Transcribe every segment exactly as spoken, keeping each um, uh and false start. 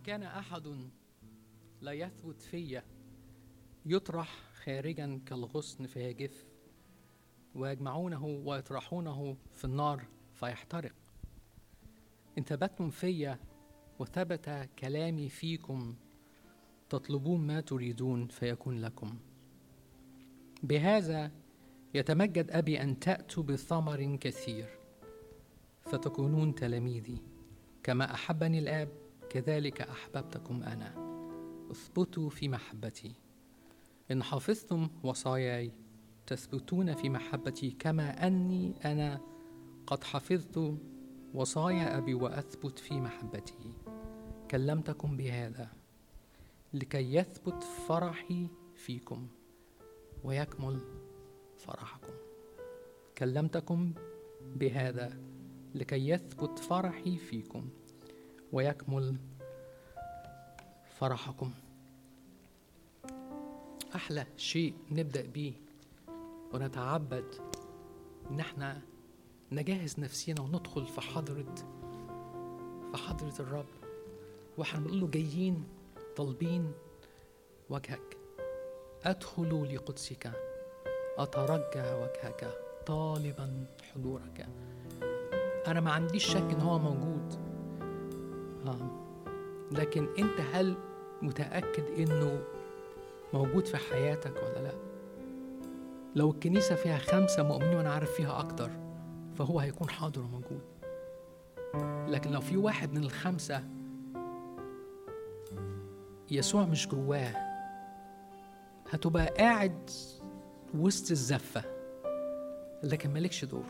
كان أحد لا يثبت في يطرح خارجا كالغصن فيجف، ويجمعونه ويطرحونه في النار فيحترق. إن ثبتتم في وثبت كلامي فيكم تطلبون ما تريدون فيكون لكم. بهذا يتمجد أبي أن تأتوا بثمر كثير فتكونون تلاميذي، كما أحبني الآب كذلك أحببتكم أنا. اثبتوا في محبتي. إن حفظتم وصاياي تثبتون في محبتي كما أني أنا قد حفظت وصايا أبي وأثبت في محبته. كلمتكم بهذا لكي يثبت فرحي فيكم ويكمل فرحكم. كلمتكم بهذا لكي يثبت فرحي فيكم ويكمل فرحكم. أحلى شيء نبدأ بيه ونتعبد إن احنا نجهز نفسينا وندخل في حضرة في حضرة الرب، واحنا بنقول له جايين طالبين وجهك. أدخل لقدسك أترجى وجهك طالبا حضورك. أنا ما عنديش شك إن هو موجود، آه. لكن أنت هل متأكد إنه موجود في حياتك ولا لا؟ لو الكنيسة فيها خمسة مؤمنين وأنا عارف فيها أكتر فهو هيكون حاضر وموجود. لكن لو في واحد من الخمسة يسوع مش جواه، هتبقى قاعد وسط الزفة لكن مالكش دور.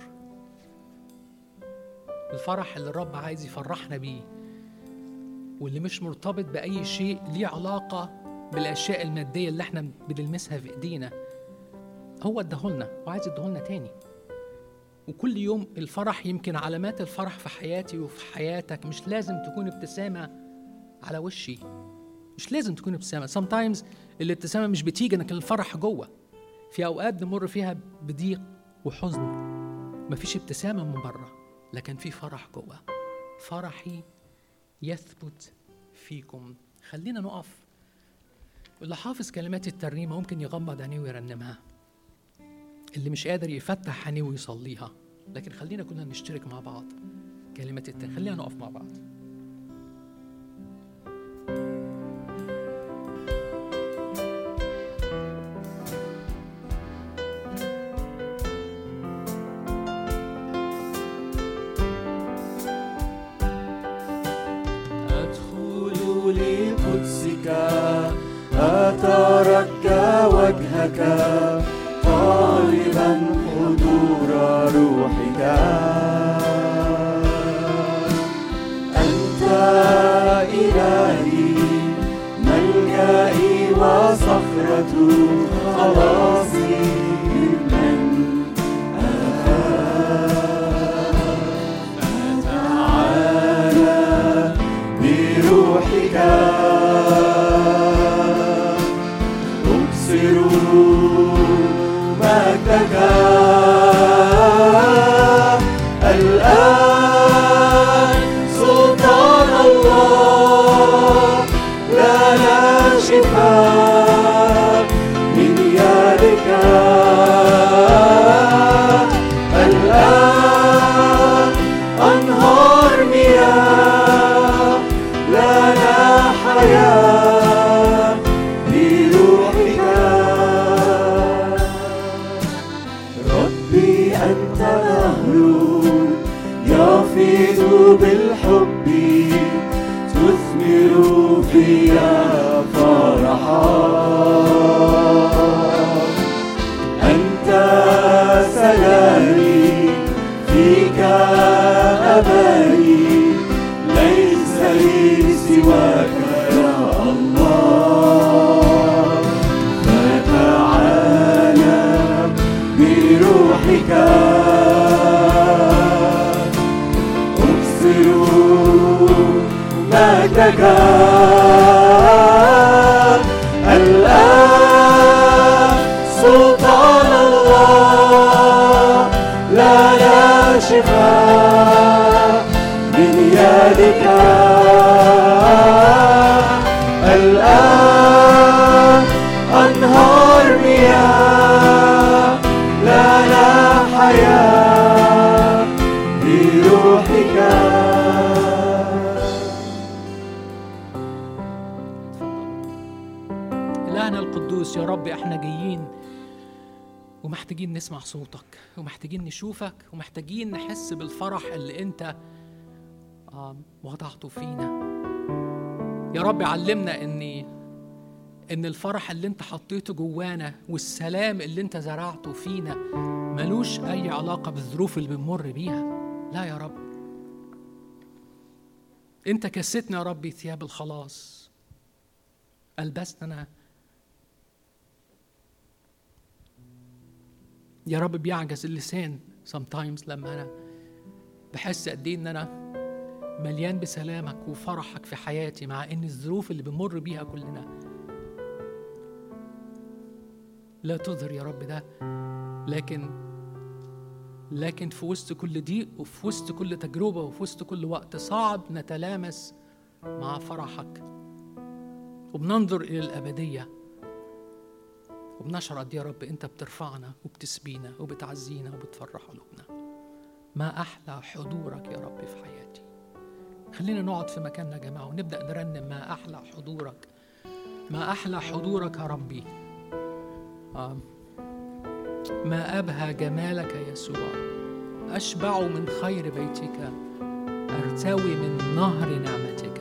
الفرح اللي الرب عايز يفرحنا بيه واللي مش مرتبط بأي شيء ليه علاقة بالأشياء المادية اللي احنا بنلمسها في ايدينا، هو اداهولنا وعايز اداهولنا تاني. وكل يوم الفرح، يمكن علامات الفرح في حياتي وفي حياتك مش لازم تكون ابتسامة على وشي، مش لازم تكون ابتسامة. sometimes الابتسامة مش بتيجي، لكن الفرح جوه. في أوقات نمر فيها بضيق وحزن مفيش ابتسامة من بره، لكن في فرح جوه. فرحي يثبت فيكم. خلينا نقف. اللي حافظ كلمات الترنيمة ممكن يغمض عينيه ويرنمها، اللي مش قادر يفتح عينيه ويصليها. لكن خلينا كلنا نشترك مع بعض كلمات الترنيمة. خلينا نقف مع بعض. أترجى وجهك طالبا حضور روحك. أنت إلهي ملجئي وصخرة خلاصي ممن أخاف. فتعالى بروحك مجدك الآن. سلطان الله لنا شفاء من يدك الآن. أنهار مياه لنا حياة بروحك. أنت نهر يفيض بالحب تثمر فيا فرحا. أنت سلامي فيك أباني ليس لي سواك يا الله. فتعالى بروحك أبصر مجدك الآن. سلطان الله لنا شفاء من يدك رب احنا جايين ومحتاجين نسمع صوتك، ومحتاجين نشوفك، ومحتاجين نحس بالفرح اللي انت وضعته فينا. يا رب علمنا ان ان الفرح اللي انت حطيته جوانا والسلام اللي انت زرعته فينا ملوش اي علاقة بالظروف اللي بنمر بيها. لا يا رب، انت كستنا يا رب ثياب الخلاص، ألبستنا. يا رب بيعجز اللسان sometimes لما أنا بحس قد إيه إن أنا مليان بسلامك وفرحك في حياتي، مع إن الظروف اللي بمر بيها كلنا لا تظهر يا رب ده. لكن لكن في وسط كل ضيق وفي وسط كل تجربة وفي وسط كل وقت صعب نتلامس مع فرحك، وبننظر إلى الأبدية، وبنشعر قد يا رب أنت بترفعنا وبتسبينا وبتعزينا وبتفرح قلوبنا. ما أحلى حضورك يا رب في حياتي. خلينا نقعد في مكاننا يا جماعة ونبدأ نرنم ما أحلى حضورك، ما أحلى حضورك يا ربي. آه. ما أبهى جمالك يا يسوع، أشبع من خير بيتك، أرتوي من نهر نعمتك.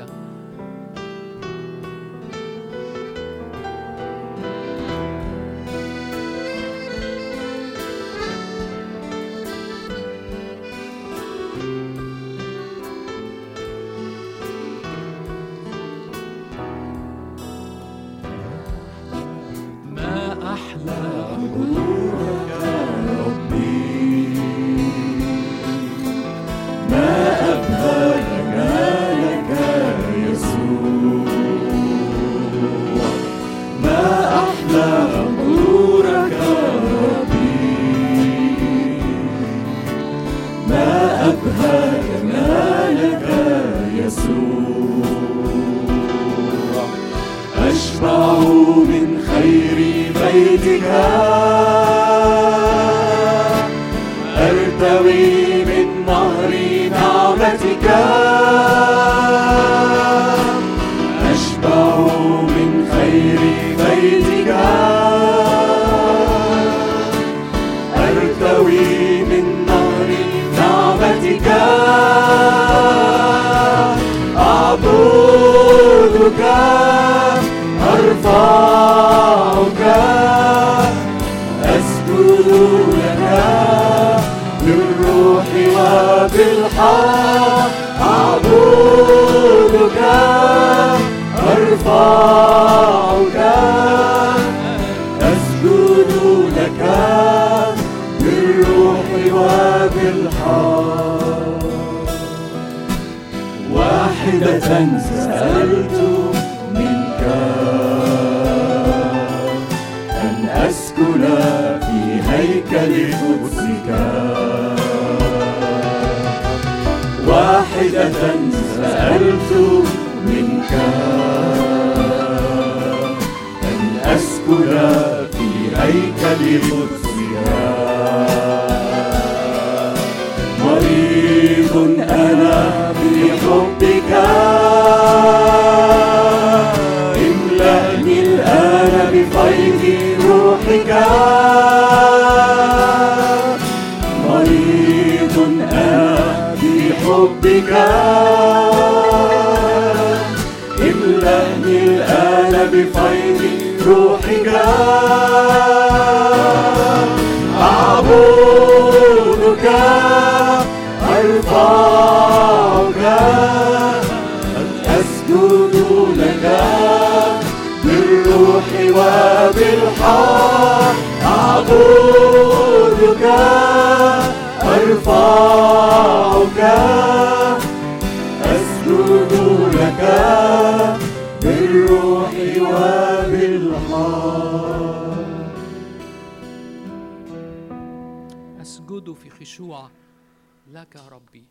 لك يا ربي.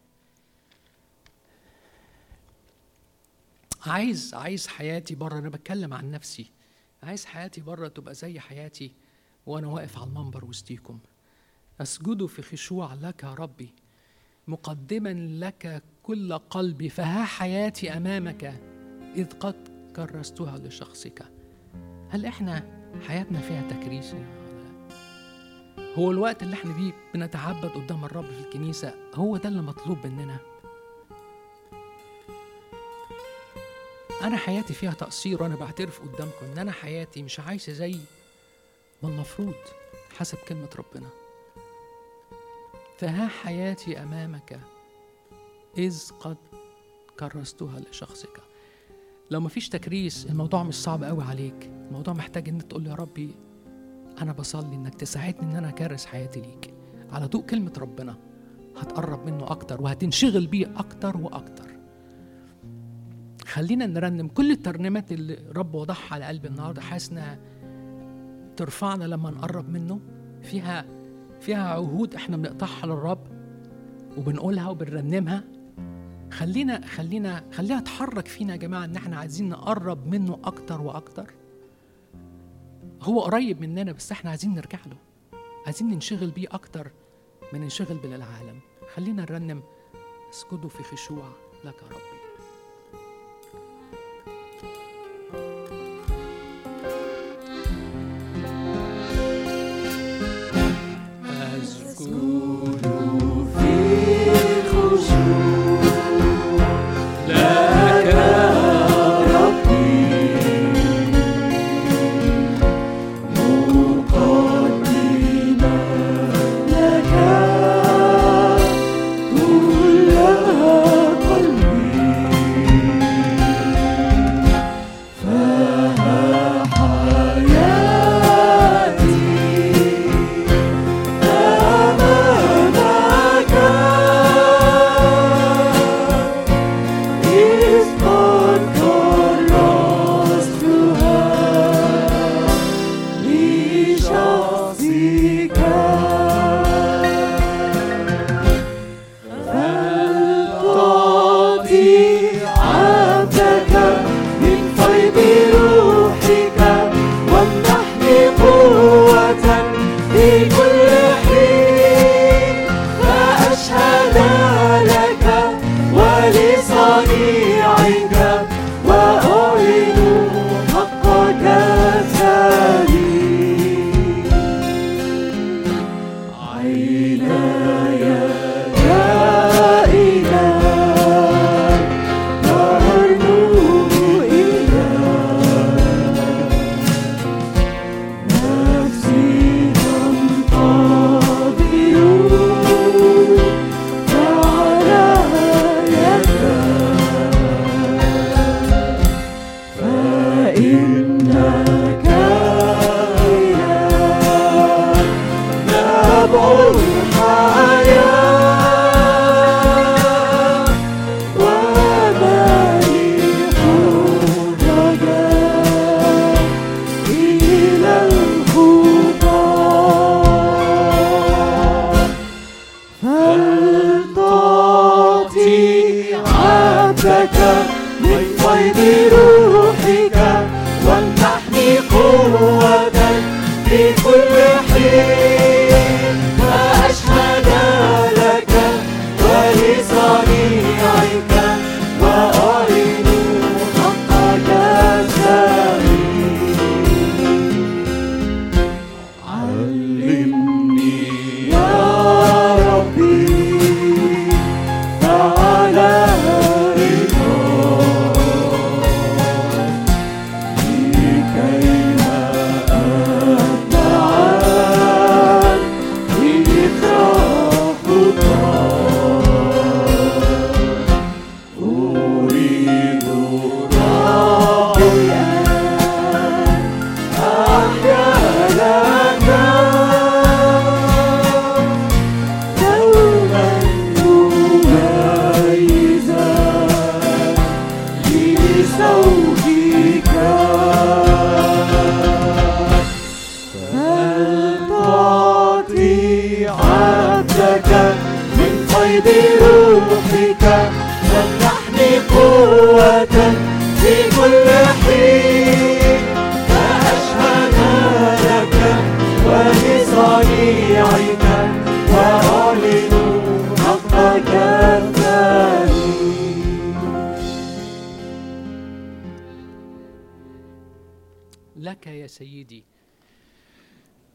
عايز عايز حياتي بره، أنا بتكلم عن نفسي، عايز حياتي بره تبقى زي حياتي وأنا واقف على المنبر وسطيكم. أسجد في خشوع لك يا ربي، مقدما لك كل قلبي، فها حياتي أمامك إذ قد كرستها لشخصك. هل إحنا حياتنا فيها تكريس؟ هو الوقت اللي احنا بيه بنتعبد قدام الرب في الكنيسة هو ده اللي مطلوب مننا؟ أنا حياتي فيها تقصير، وأنا بعترف قدامكم إن أنا حياتي مش عايشة زي ما المفروض حسب كلمة ربنا. فها حياتي أمامك إذ قد كرستها لشخصك. لو مفيش تكريس الموضوع مش صعب قوي عليك، الموضوع محتاج إن تقول يا ربي أنا بصلي إنك تساعدني إن أنا أكرس حياتي ليك على ضوء كلمة ربنا، هتقرب منه أكتر وهتنشغل بيه أكتر وأكتر. خلينا نرنم كل الترنيمات اللي رب وضعها على قلبي النهارده، حاسس انها ترفعنا لما نقرب منه. فيها فيها عهود احنا بنقطعها للرب وبنقولها وبنرنمها. خلينا خلينا خليها تحرك فينا يا جماعه ان احنا عايزين نقرب منه اكتر واكتر. هو قريب مننا بس احنا عايزين نرجع له، عايزين ننشغل بيه اكتر من ننشغل بالعالم. خلينا نرنم اسجدوا في خشوع لك يا ربي.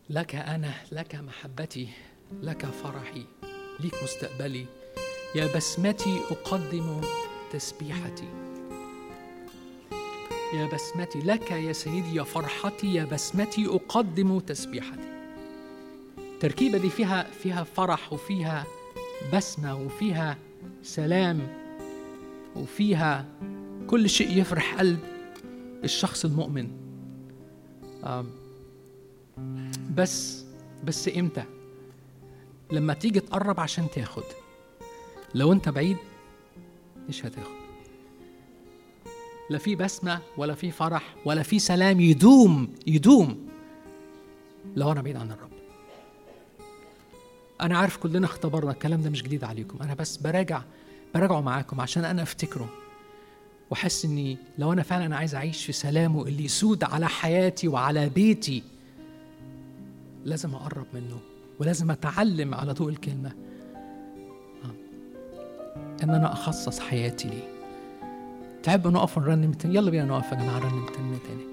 لك أنا، لك محبتي، لك فرحي، ليك مستقبلي. يا بسمتي أقدم تسبيحتي، يا بسمتي لك يا سيدي، يا فرحتي، يا بسمتي أقدم تسبيحتي. التركيبة دي فيها فيها فرح وفيها بسمة وفيها سلام وفيها كل شيء يفرح قلب الشخص المؤمن. بس بس إمتى؟ لما تيجي تقرب عشان تاخد. لو أنت بعيد مش هتاخد، لا في بسمة ولا في فرح ولا في سلام يدوم يدوم لو أنا بعيد عن الرب. أنا عارف كلنا اختبرنا الكلام ده، مش جديد عليكم، أنا بس براجع براجعه معاكم عشان أنا أفتكره وأحس إني لو أنا فعلا عايز أعيش في سلامه اللي يسود على حياتي وعلى بيتي، لازم أقرب منه ولازم أتعلم على ضوء الكلمة إن أنا أخصص حياتي ليه. تحب نقف ونرنم تاني؟ يلا بينا نقف يا جماعة نرنم تاني تاني.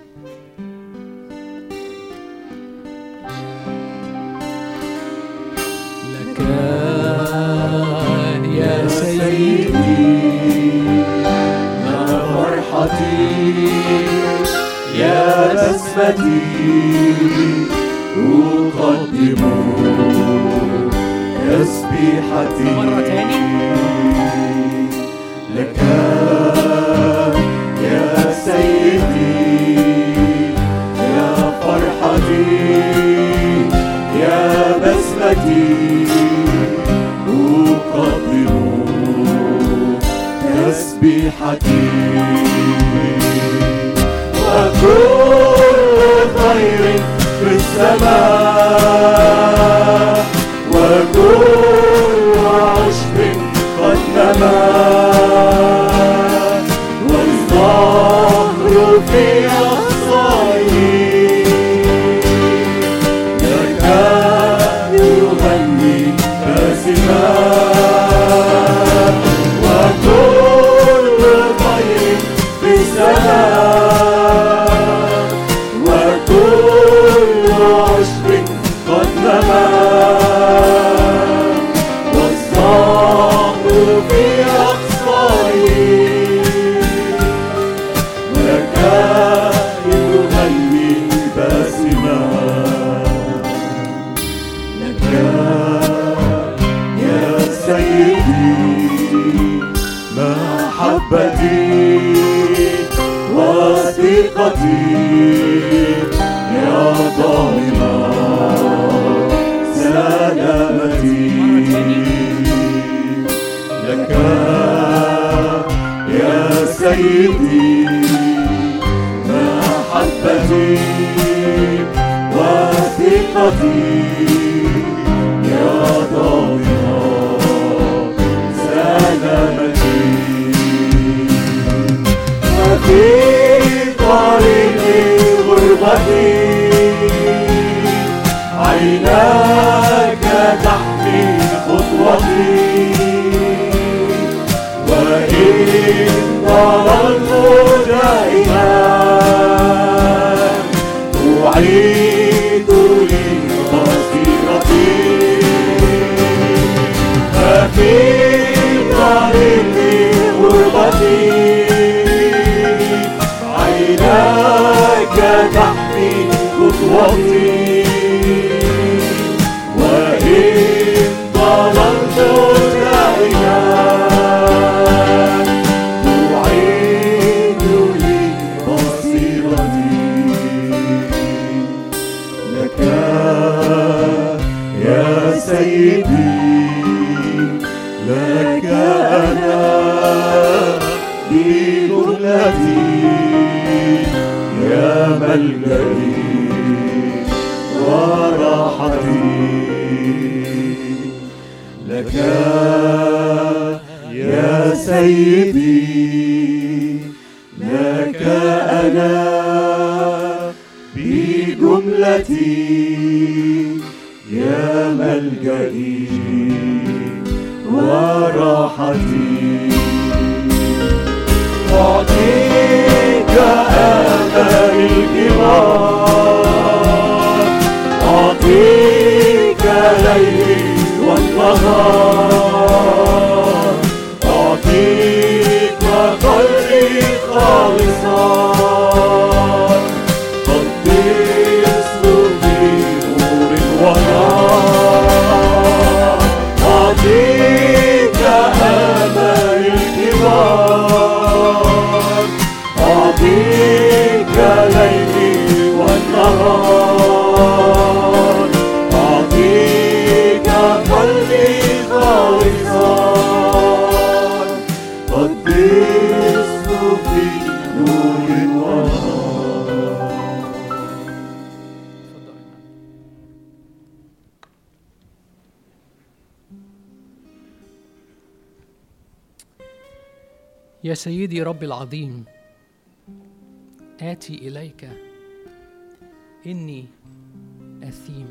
لك يا سيدي ما فرحتي، يا بسمتي أقدم تسبيحتي. مرة تاني. لك يا سيدي، يا فرحتي، يا بسمتي أقدم تسبيحتي. وكل خير في السماء وكل عشب قد نما، والظهر في أقصائه لك يغني باسما. وكل خير في السماء وكل عشب قد نما، والظهر في أقصائه لك يغني باسما. لك يا سيدي محبتي وثقتي، يا ضامن سلامتي. لك يا سيدي محبتي وثقتي، يا ضامن سلامتي. وفي طريق غربتي عيناك تحمي خطوتي، وإن ضللت دائما أعيد لي بصيرتي. ففي طريق غربتي عيناك تحمي خطوتي، وإن ضللت دائما تعيد لي بصيرتي. لك يا سيدي، لك أنا بجملتي، يا ملجئي وراحتي. لك يا سيدي، لك أنا بجملتي، يا ملجئي وراحتي. أعطيك آمال الكبار، والنهار أعطيك قلبي خالصا قدسه في نور ونار أعطيك آمال الكبار أعطيك ليلي والنهار أعطيك قلبي خالصا قدسه في نور ونهار. يا سيدي ربي العظيم، آتي إليك إني أثيم،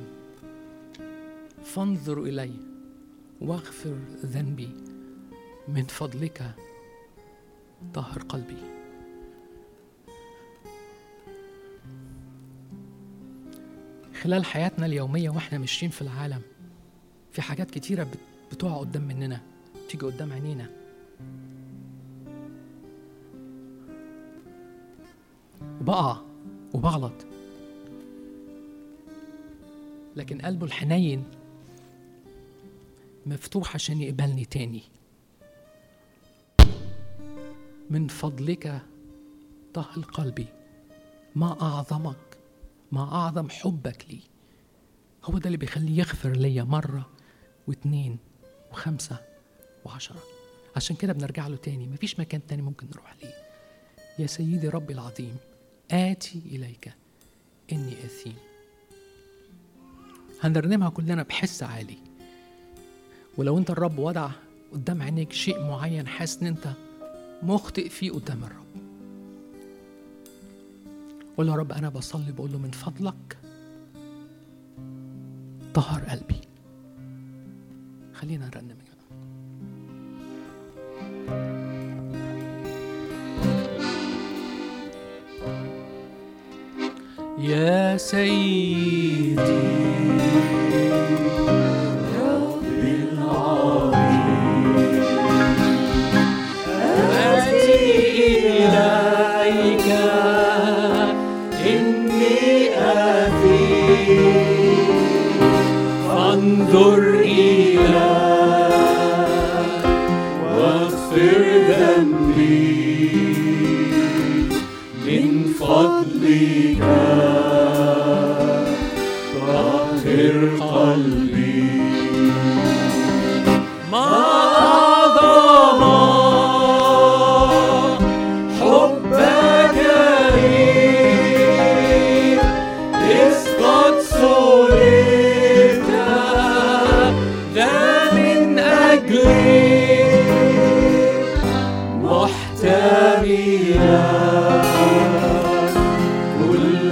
فانظر إلي واغفر ذنبي، من فضلك طهر قلبي. خلال حياتنا اليومية وإحنا ماشيين في العالم، في حاجات كتيرة بتقع قدام مننا، تيجي قدام عينينا، وبقع وبغلط، لكن قلبه الحنين مفتوح عشان يقبلني تاني. من فضلك طهر قلبي، ما أعظمك، ما أعظم حبك لي. هو ده اللي بيخليه يغفر ليا مرة واثنين وخمسة وعشرة. عشان كده بنرجع له تاني، مفيش مكان تاني ممكن نروح ليه. يا سيدي ربي العظيم، آتي إليك إني أثيم. هنرنمها كلنا بحس عالي. ولو انت الرب وضع قدام عينيك شيء معين حاسس ان انت مخطئ فيه قدام الرب، قول له يا رب انا بصلي، بقول له من فضلك طهر قلبي. خلينا نرنم كده. يا سيدي ربي العظيم، آتي إليك إني أثيم، فانظر إلي واغفر ذنبي، من فضلك طهر قلبي. ما أعظم حبك لي، إذ قد صلبت ذا من أجلي، محتملا كل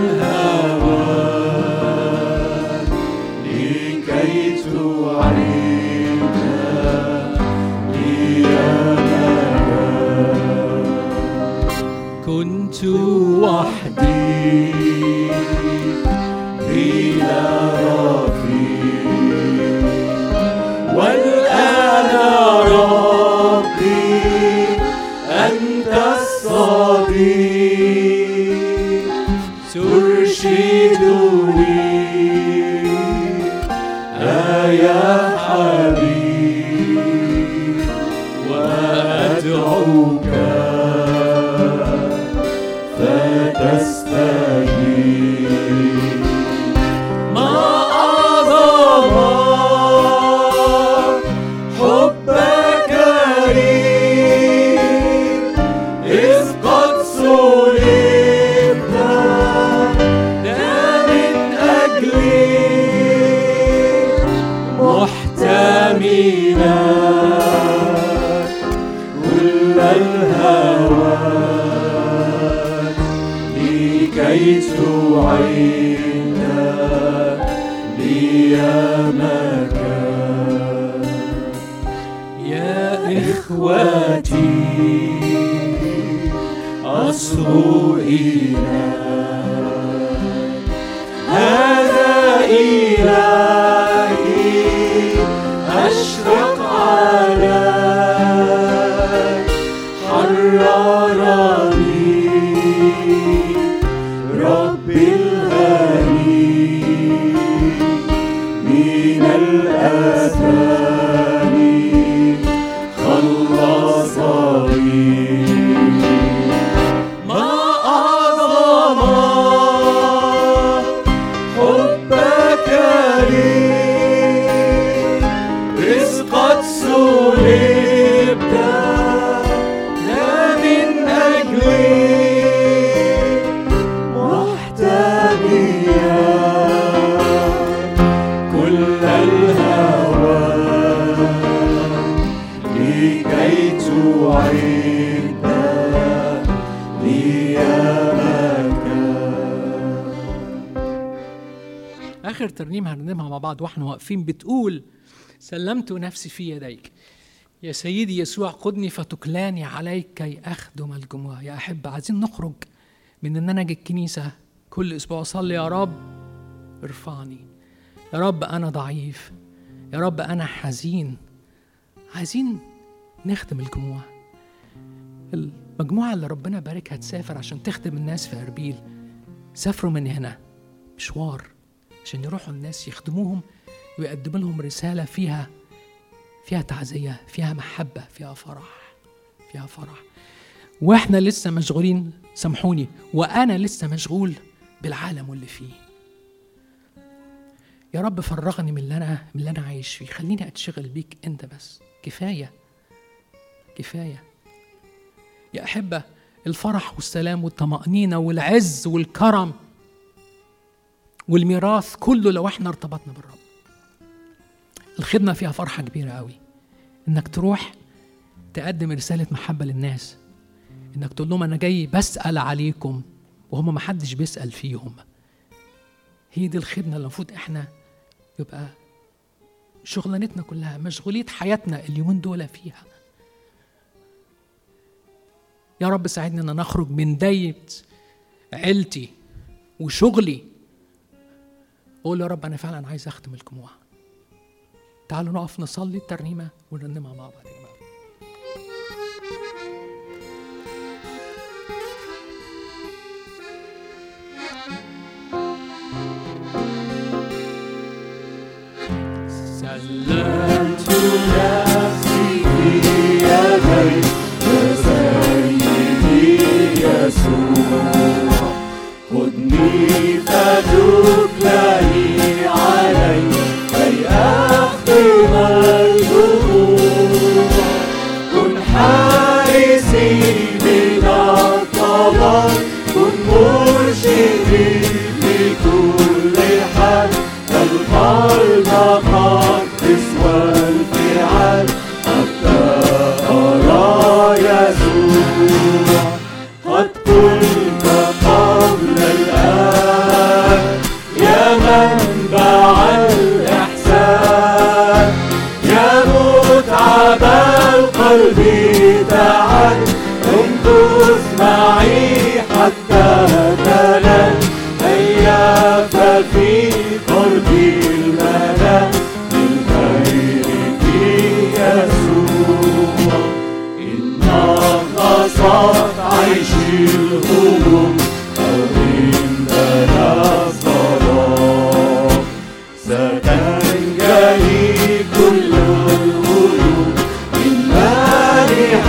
الهوان لكي تعيد لي أملك. كنت وحدي بلا رفيق، والآن ربي أنت الصديق، ترشدني يا حبيب، وأدعوك فتستجيب. ما أعظم حبك لي، إذ قد صلبت ذا من أجلي، محتملا كل الهوان لكي تعيد لي مكان. يا إخوتي أصغوا إليك، هذا إلهي لكي تعد لي مكان. آخر ترنيمة هنرنمها مع بعض واحنا واقفين بتقول: سلمت نفسي في يديك يا سيدي يسوع، قدني فتكلاني عليك كي أخدم الجموع. يا أحب، عايزين نخرج من إن أنا أجي الكنيسة كل أسبوع أصلي يا رب ارفعني، يا رب أنا ضعيف، يا رب أنا حزين. عايزين نخدم الجموع. المجموعة اللي ربنا باركها تسافر عشان تخدم الناس في أربيل، سافروا من هنا مشوار عشان يروحوا الناس يخدموهم ويقدموا لهم رسالة فيها فيها تعزية، فيها محبة، فيها فرح، فيها فرح. واحنا لسه مشغولين، سامحوني، وانا لسه مشغول بالعالم واللي فيه. يا رب فرغني من اللي انا من اللي انا عايش فيه، خليني اتشغل بيك انت بس. كفاية كفاية يا أحبة. الفرح والسلام والطمأنينة والعز والكرم والميراث كله لو احنا ارتبطنا بالرب. الخدمة فيها فرحة كبيرة قوي، انك تروح تقدم رسالة محبة للناس، انك تقول لهم انا جاي بسأل عليكم وهم ما حدش بيسأل فيهم. هي دي الخدمة اللي المفروض احنا يبقى شغلانتنا كلها، مشغولية حياتنا اليومين دول فيها. يا رب ساعدنا ان نخرج من دايرة عيلتي وشغلي، قول يا رب انا فعلا عايز اخدم الجموع. تعالوا نقف نصلي الترنيمة ونرنمها مع بعض يا جماعة. سلمت نفسي في يديك يا سيدي يسوع، خذني فتكلني عليك كي أخدم الجموع. كن حارسي من الضلال، كن مرشدي في كل حال. القلب قدس والفعال حتى أرى يسوع. قد قلت قبل الآن يا منبع الإحسان، يا متعب القلب تعال. امكث معي حتى تنال، هيا ففي قربي المنام للخير في يسوع. إن نقصت عيشي الهموم أو عندنا الظلام، ستنجلي كل الغيوم من مانح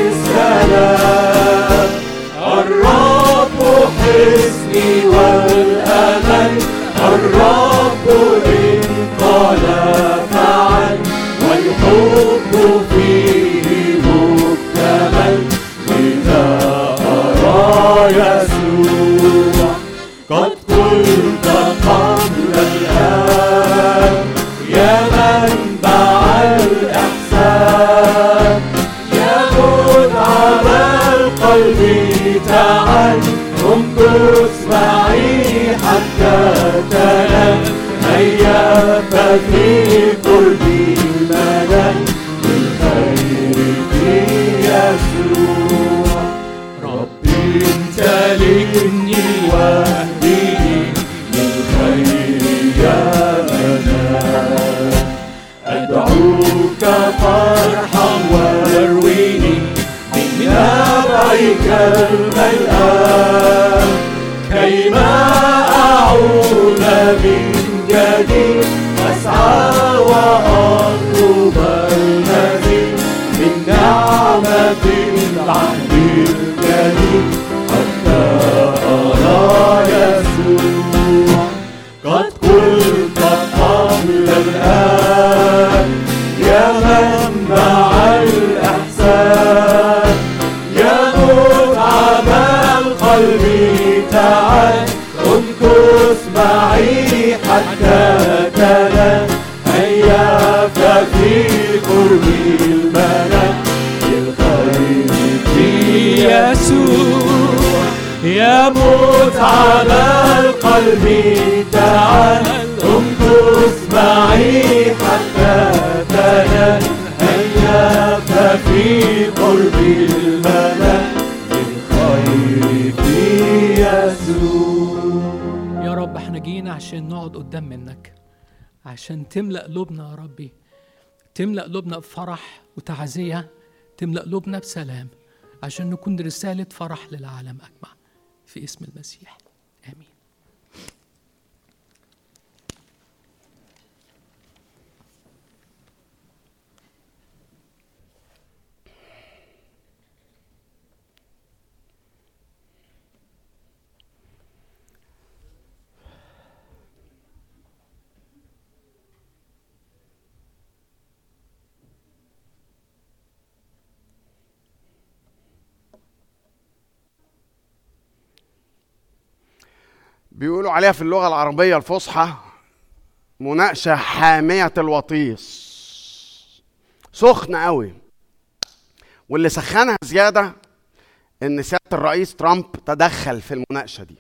السلام. الرب حصني والأمل، الرب إن قال فعل، والحب فيه مكتمل إذا أرى يسوع. قد قلت قبل الآن يا منبع الإحسان، يا متعب القلب تعال. امكث معي حتى تنام، هيا ففي قربي المنام للخير في يسوع. ربي امتلكني واهديني للخير يا منام. أدعوك فارحم وارويني من نبعك الملآن، كيما أعود من جديد أسعى وأطلب المزيد من نعمة العهد الجديد حتى أرى يسوع. قد قلت قبل الآن يا منبع الإحسان، يا متعب القلب تعال. امكث معي حتى تنام، هيا ففي قربي المنام يسوع. يا متعب القلب تعال امكث معي حتى تنال هيا ففي قرب المنال للخير في يسوع. يا رب احنا جينا عشان نقعد قدام منك، عشان تملأ قلوبنا يا ربي، تملأ قلوبنا بفرح وتعزية، تملأ قلوبنا بسلام، عشان نكون رسالة فرح للعالم أجمع في اسم المسيح، آمين. بيقولوا عليها في اللغة العربية الفصحى مناقشة حامية الوطيس، سخنة قوي. واللي سخنها زيادة ان سيادة الرئيس ترامب تدخل في المناقشة دي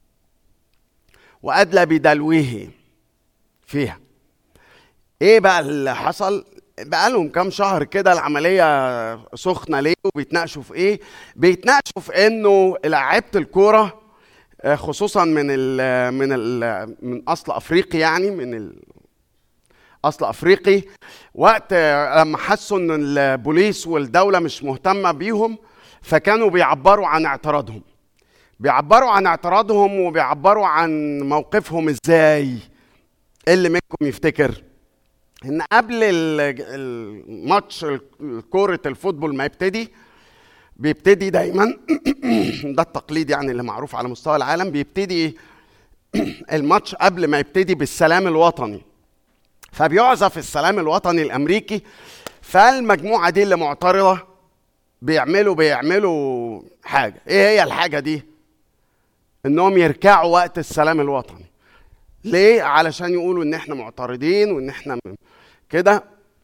وأدلى بدلوه فيها. ايه بقى اللي حصل؟ بقى لهم كام شهر كده العملية سخنة ليه وبيتناقشوا في ايه؟ بيتناقشوا في انه لعيبة الكورة خصوصا من ال من ال من اصل افريقي، يعني من اصل افريقي، وقت لما حسوا ان البوليس والدوله مش مهتمه بيهم فكانوا بيعبروا عن اعتراضهم بيعبروا عن اعتراضهم وبيعبروا عن موقفهم ازاي. اللي منكم يفتكر ان قبل الماتش كرة الفوتبول ما يبتدي بيبتدي دايما ده التقليد يعني اللي معروف على مستوى العالم، بيبتدي الماتش قبل ما يبتدي بالسلام الوطني، فبيعزف السلام الوطني الامريكي. فالمجموعه دي اللي معترضه بيعملوا بيعملوا حاجه. ايه هي الحاجه دي؟ انهم يركعوا وقت السلام الوطني. ليه؟ علشان يقولوا ان احنا معترضين وان احنا كده.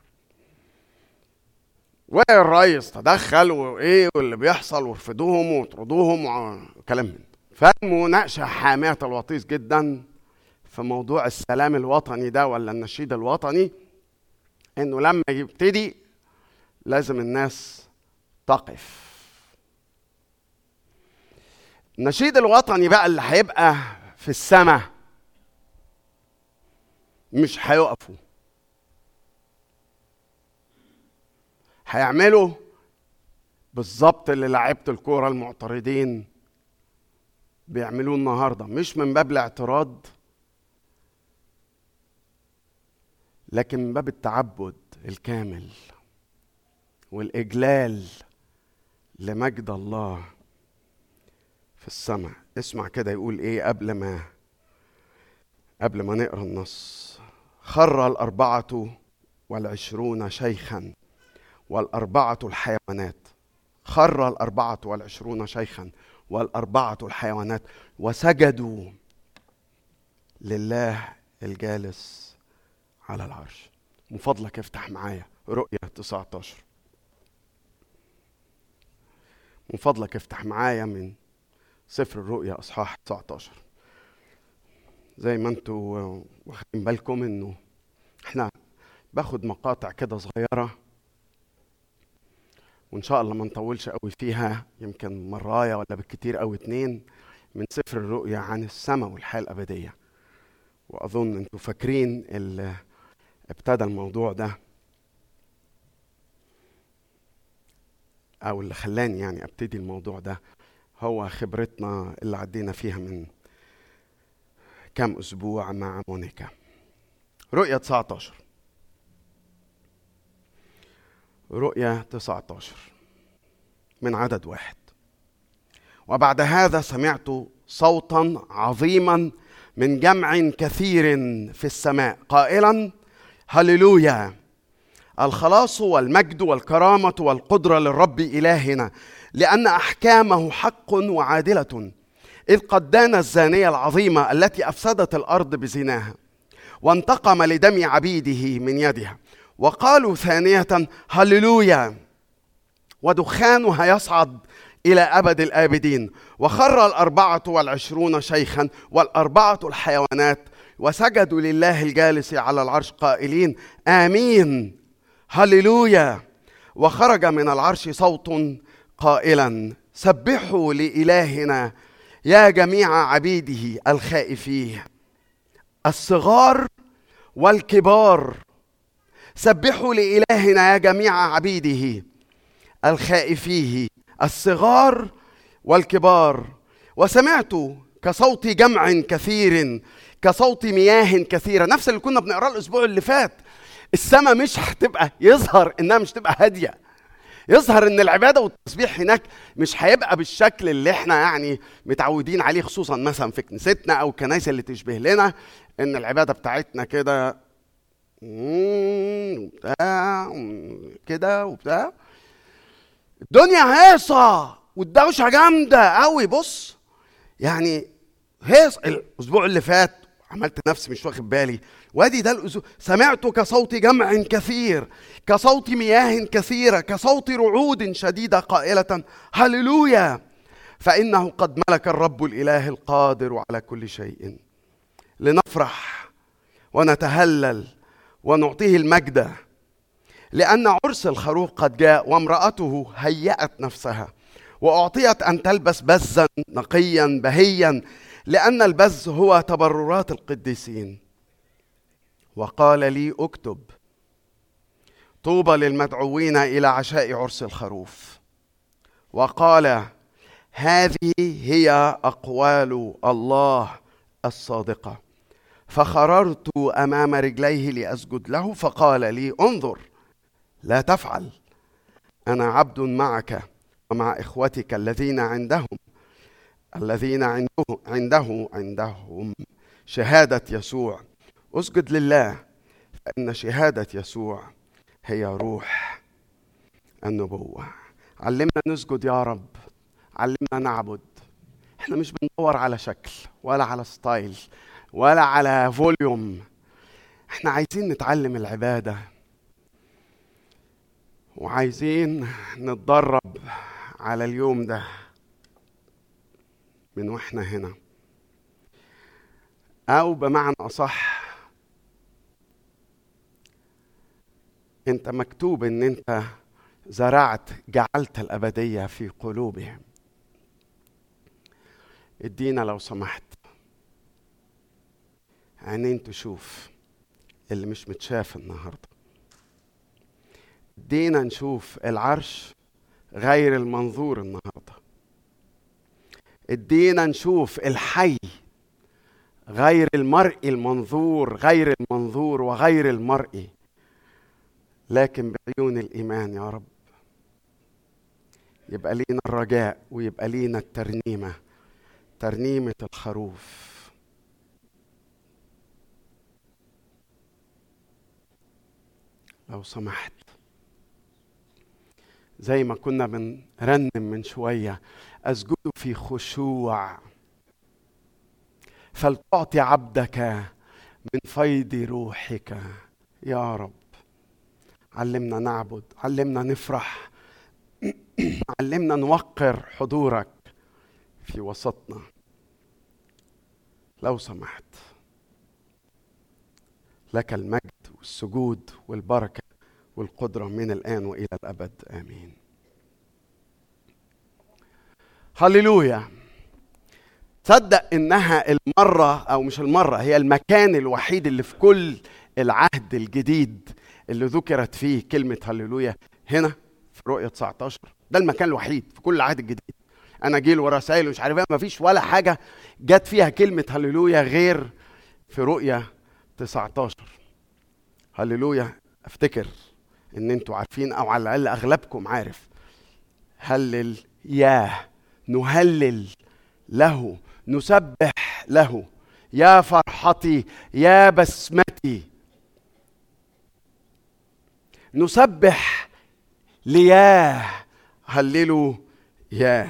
والرئيس تدخل وايه واللي بيحصل ورفضوهم وطردوهم وكلام من ده. فالمناقشه حاميه الوطيس جدا في موضوع السلام الوطني ده ولا النشيد الوطني، انه لما يبتدي لازم الناس تقف. النشيد الوطني بقى اللي هيبقى في السماء مش هيقفوا، هيعملوا بالظبط اللي لعيبه الكوره المعترضين بيعملوه النهارده، مش من باب الاعتراض لكن من باب التعبد الكامل والإجلال لمجد الله في السماء. اسمع كده يقول ايه قبل ما قبل ما نقرا النص. خر الأربعة والعشرون شيخا والأربعة الحيوانات، خر الأربعة والعشرون شيخا والأربعة الحيوانات وسجدوا لله الجالس على العرش. من فضلك افتح معايا رؤية تسعة عشر. من فضلك افتح معايا من سفر الرؤيا اصحاح تسعة عشر. زي ما انتوا واخدين بالكم انه احنا باخد مقاطع كده صغيرة وان شاء الله ما نطولش قوي فيها، يمكن مراية ولا بالكتير قوي اتنين، من سفر الرؤيا عن السماء والحياة الأبدية. واظن انتوا فاكرين اللي ابتدى الموضوع ده او اللي خلاني يعني ابتدي الموضوع ده هو خبرتنا اللي عدينا فيها من كام اسبوع مع مونيكا. رؤية تسعة عشر، رؤية تسعة عشر من عدد واحد. وبعد هذا سمعت صوتا عظيما من جمع كثير في السماء قائلا هللويا، الخلاص والمجد والكرامة والقدرة للرب إلهنا، لأن أحكامه حق وعادلة، إذ قد دان الزانية العظيمة التي أفسدت الأرض بزناها وانتقم لدم عبيده من يدها. وقالوا ثانية هللويا، ودخانها يصعد إلى أبد الآبدين. وخر الأربعة والعشرون شيخا والأربعة الحيوانات وسجدوا لله الجالس على العرش قائلين آمين هللويا. وخرج من العرش صوت قائلا سبحوا لإلهنا يا جميع عبيده الخائفين الصغار والكبار. سبحوا لإلهنا يا جميع عبيده الخائفيه الصغار والكبار. وسمعت كصوت جمع كثير كصوت مياه كثيرة. نفس اللي كنا بنقرأ الأسبوع اللي فات. السماء مش هتبقى، يظهر إنها مش تبقى هادية، يظهر إن العبادة والتسبيح هناك مش هيبقى بالشكل اللي احنا يعني متعودين عليه، خصوصا مثلا في كنيستنا أو الكنائس اللي تشبه لنا، إن العبادة بتاعتنا كده وبتاع كده وبتاع. الدنيا هيصة والدوشة جامدة قوي. بص يعني هيصة. الأسبوع اللي فات عملت نفسي مش واخد بالي، وادي ده الأسبوع. سمعت كصوت جمع كثير كصوت مياه كثيرة كصوت رعود شديدة قائلة هللويا فإنه قد ملك الرب الإله القادر على كل شيء. لنفرح ونتهلل ونعطيه المجد، لأن عرس الخروف قد جاء وامرأته هيأت نفسها وأعطيت أن تلبس بزا نقيا بهيا، لأن البز هو تبررات القديسين. وقال لي اكتب طوبى للمدعوين إلى عشاء عرس الخروف. وقال هذه هي أقوال الله الصادقة. فخررت أمام رجليه لأسجد له، فقال لي انظر لا تفعل، أنا عبد معك ومع إخوتك الذين عندهم الذين عنده عنده عندهم شهادة يسوع. اسجد لله، فإن شهادة يسوع هي روح النبوة. علمنا نسجد يا رب، علمنا نعبد. احنا مش بندور على شكل ولا على ستايل ولا على فوليوم، احنا عايزين نتعلم العبادة وعايزين نتدرب على اليوم ده من واحنا هنا، او بمعنى اصح انت مكتوب ان انت زرعت جعلت الابدية في قلوبهم. ادينا لو سمحت عينين تشوف اللي مش متشاف النهارده. ادينا نشوف العرش غير المنظور النهارده. ادينا نشوف الحي غير المرئي المنظور، غير المنظور وغير المرئي، لكن بعيون الإيمان يا رب. يبقى لينا الرجاء ويبقى لينا الترنيمة، ترنيمة الخروف. لو سمحت زي ما كنا بنرنم من شوية، أسجد في خشوع فلتعطي عبدك من فيض روحك يا رب. علمنا نعبد، علمنا نفرح، علمنا نوقر حضورك في وسطنا لو سمحت. لك المجد والسجود والبركة والقدرة من الآن وإلى الأبد آمين. هللويا. تصدق إنها المرة أو مش المرة، هي المكان الوحيد اللي في كل العهد الجديد اللي ذكرت فيه كلمة هللويا هنا في رؤية تسعة عشر. ده المكان الوحيد في كل العهد الجديد. أناجيل ورسائل ومش عارف ايه، ما فيش ولا حاجة جت فيها كلمة هللويا غير في رؤية تسعة عشر. هللويا. افتكر ان انتوا عارفين او على الاقل اغلبكم عارف. هلل ياه، نهلل له، نسبح له، يا فرحتي يا بسمتي. نسبح لياه، هللوا ياه.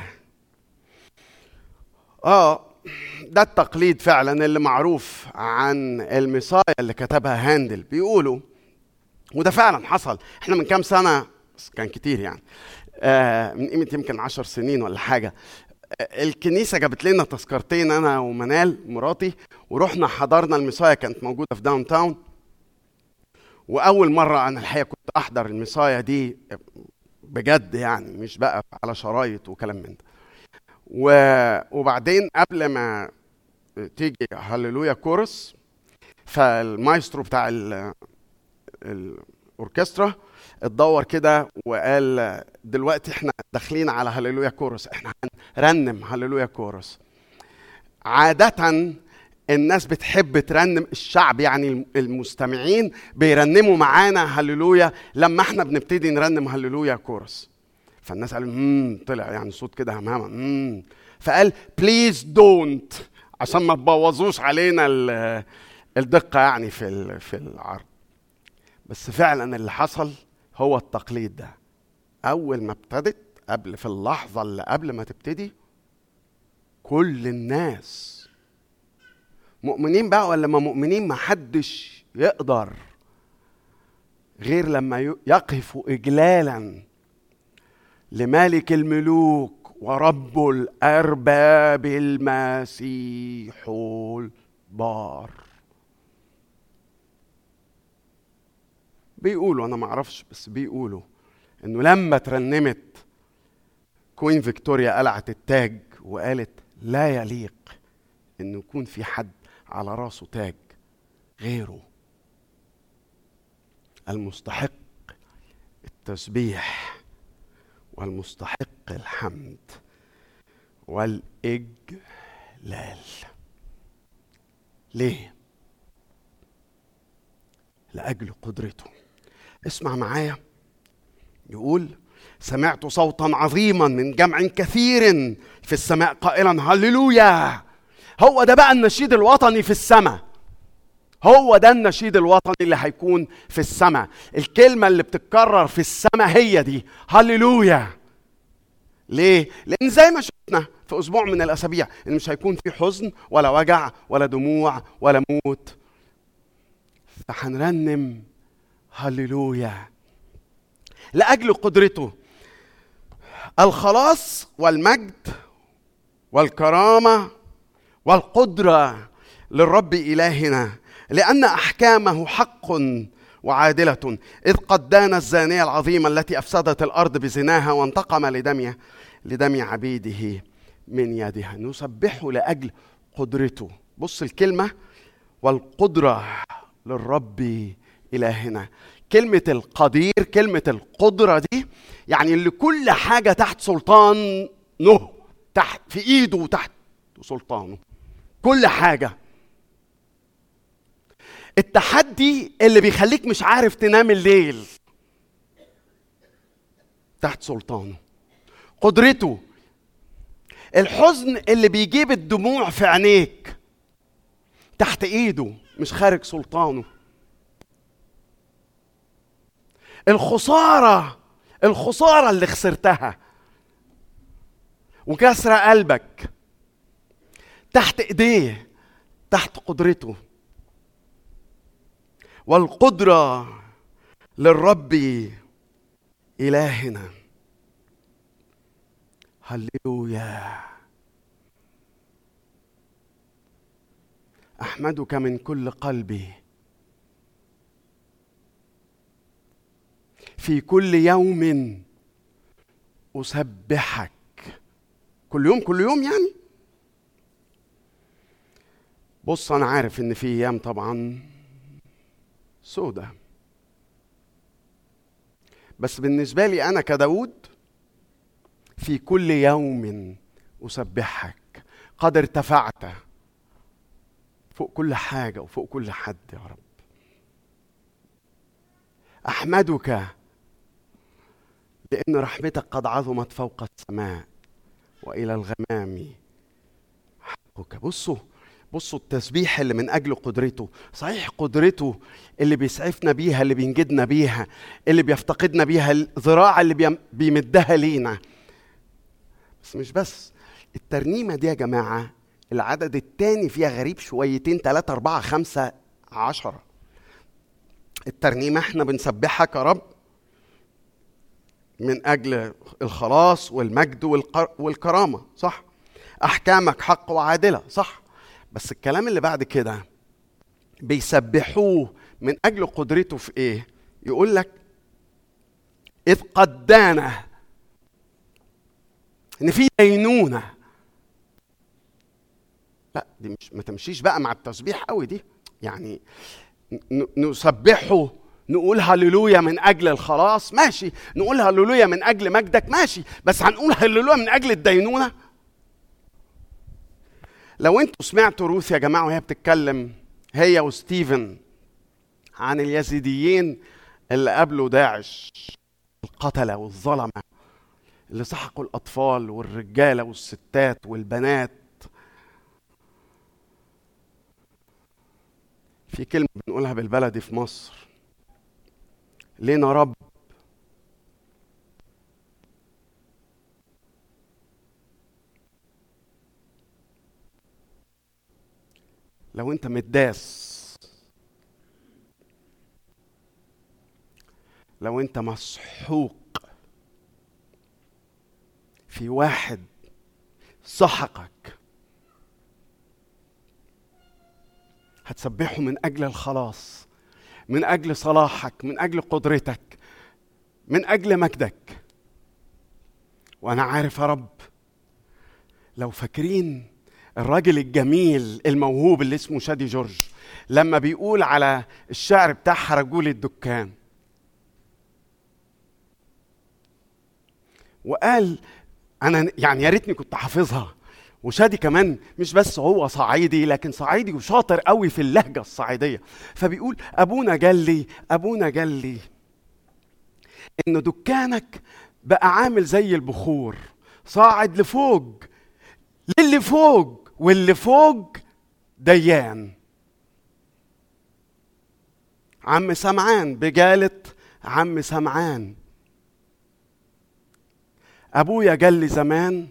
اه ده التقليد فعلا اللي معروف عن المصايا اللي كتبها هاندل. بيقولوا وده فعلا حصل. احنا من كام سنة بس كان كتير يعني، آه من قيمة يمكن عشر سنين ولا حاجة. آه الكنيسة جابت لنا تذكرتين أنا ومنال مراتي، ورحنا حضرنا المسايا، كانت موجودة في داون تاون. وأول مرة أنا الحقيقة كنت أحضر المسايا دي بجد يعني، مش بقى على شرايط وكلام من ده. وبعدين قبل ما تيجي هاليلويا كورس، فالمايسترو بتاع الاوركسترا اتدور كده وقال دلوقتي احنا داخلين على هاليلويا كورس، احنا هنرنم هاليلويا كورس. عادة الناس بتحب ترنم، الشعب يعني المستمعين بيرنموا معانا هاليلويا لما احنا بنبتدي نرنم هاليلويا كورس. فالناس قالوا امم طلع يعني صوت كده همهمه، امم فقال بليز دونت، عشان ما تبوظوش علينا الدقه يعني في في العرض. بس فعلا اللي حصل هو التقليد ده. اول ما ابتدت، قبل في اللحظه اللي قبل ما تبتدي، كل الناس مؤمنين بقى ولا ما مؤمنين، ما حدش يقدر غير لما يقف إجلالا لمالك الملوك ورب الأرباب المسيح البار. بيقولوا، أنا ما أعرفش بس بيقولوا إنه لما ترنمت كوين فيكتوريا قلعت التاج وقالت لا يليق إنه يكون في حد على راسه تاج غيره، المستحق التسبيح والمستحق الحمد والإجلال. ليه؟ لأجل قدرته. اسمع معايا، يقول سمعت صوتا عظيما من جمع كثير في السماء قائلا هللويا. هو ده بقى النشيد الوطني في السماء، هو ده النشيد الوطني اللي هيكون في السماء. الكلمة اللي بتتكرر في السماء هي دي، هللويا. ليه؟ لأن زي ما شفنا في أسبوع من الأسابيع إن مش هيكون في حزن ولا وجع ولا دموع ولا موت، فهنرنم هللويا لأجل قدرته. الخلاص والمجد والكرامة والقدرة للرب إلهنا، لأن أحكامه حق وعادلة، إذ قد دان الزانية العظيمة التي أفسدت الأرض بزناها وانتقم لدمها لدم عبيده من يدها. نسبحه لأجل قدرته. بص الكلمة والقدرة للرب إلهنا. كلمة القدير، كلمة القدرة دي يعني اللي كل حاجة تحت سلطانه، تحت في إيده وتحت سلطانه كل حاجة. التحدي اللي بيخليك مش عارف تنام الليل تحت سلطانه. قدرته. الحزن اللي بيجيب الدموع في عينيك تحت ايده مش خارج سلطانه. الخسارة الخسارة اللي خسرتها وكسر قلبك تحت ايديه، تحت قدرته. والقدرة للرب إلهنا. هللويا. أحمدك من كل قلبي في كل يوم أسبحك. كل يوم كل يوم يعني. بص أنا عارف إن في أيام طبعا سودة، بس بالنسبة لي أنا كداود في كل يوم أسبحك. قد ارتفعت فوق كل حاجة وفوق كل حد يا رب. أحمدك لأن رحمتك قد عظمت فوق السماء وإلى الغمام حقك. بصوا بصوا التسبيح اللي من أجل قدرته. صحيح قدرته اللي بيسعفنا بيها، اللي بينجدنا بيها، اللي بيفتقدنا بيها، الذراع اللي بيمدها لينا. بس مش بس الترنيمة دي يا جماعة، العدد التاني فيها غريب شويتين، تلاتة أربعة خمسة عشرة. الترنيمة احنا بنسبحك يا رب من أجل الخلاص والمجد والكرامة، صح؟ أحكامك حق وعادلة، صح؟ بس الكلام اللي بعد كده بيسبحوه من أجل قدرته في إيه؟ يقول لك إذ قد دان، إن في دينونة. لا دي مش ما تمشيش بقى مع التسبيح قوي دي، يعني نسبحه، نقول هللويا من أجل الخلاص ماشي، نقول هللويا من أجل مجدك ماشي، بس هنقول هللويا من أجل الدينونة؟ لو انتوا سمعتوا روث يا جماعة وهي بتتكلم هي وستيفن عن اليزيديين اللي قابلوا داعش، القتلة والظلمة اللي سحقوا الأطفال والرجالة والستات والبنات، في كلمة بنقولها بالبلدي في مصر، لينا رب لو انت متداس، لو انت مسحوق في واحد سحقك، هتسبحه من أجل الخلاص، من أجل صلاحك، من أجل قدرتك، من أجل مجدك. وأنا عارف يا رب لو فاكرين الراجل الجميل الموهوب اللي اسمه شادي جورج لما بيقول على الشعر بتاع حرجول الدكان، وقال أنا يعني يا ريتني كنت حافظها. وشادي كمان مش بس هو صعيدي، لكن صعيدي وشاطر قوي في اللهجة الصعيدية، فبيقول أبونا قال لي أبونا قال لي إن دكانك بقى عامل زي البخور صاعد لفوق للي فوق، واللي فوق ديان. عم سمعان بجالة عم سمعان، أبويا قال لي زمان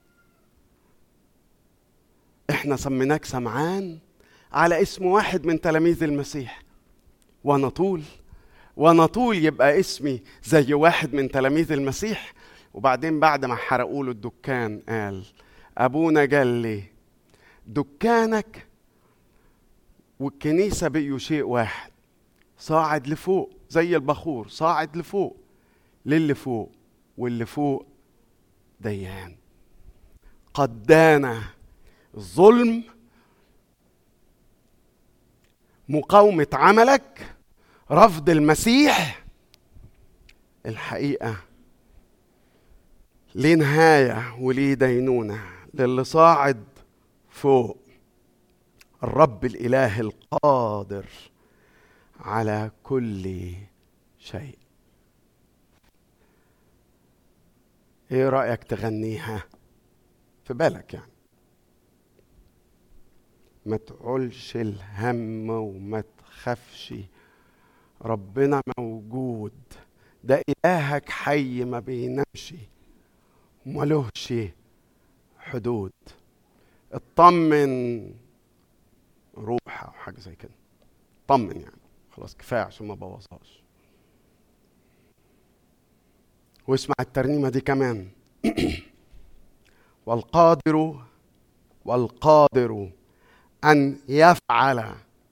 احنا سميناك سمعان على اسم واحد من تلاميذ المسيح، وانا طول وانا طول يبقى اسمي زي واحد من تلاميذ المسيح. وبعدين بعد ما حرقوا له الدكان قال ابونا قال لي دكانك والكنيسة بقيوا شيء واحد، صاعد لفوق زي البخور، صاعد لفوق للي فوق، واللي فوق ديان. قد دان الظلم، مقاومة عملك، رفض المسيح، الحقيقة ليه نهاية وليه دينونة للي صاعد فوق. الرب الإله القادر على كل شيء. ايه رأيك تغنيها في بالك؟ يعني ما تعولش الهم وما تخافش، ربنا موجود، ده إلهك حي ما بينامش وملهش حدود. اطمن، روح أو حاجة زي كده، اطمن يعني خلاص كفاية عشان ما بوظهاش. واسمع الترنيمة دي كمان والقادر والقادر أن يفعل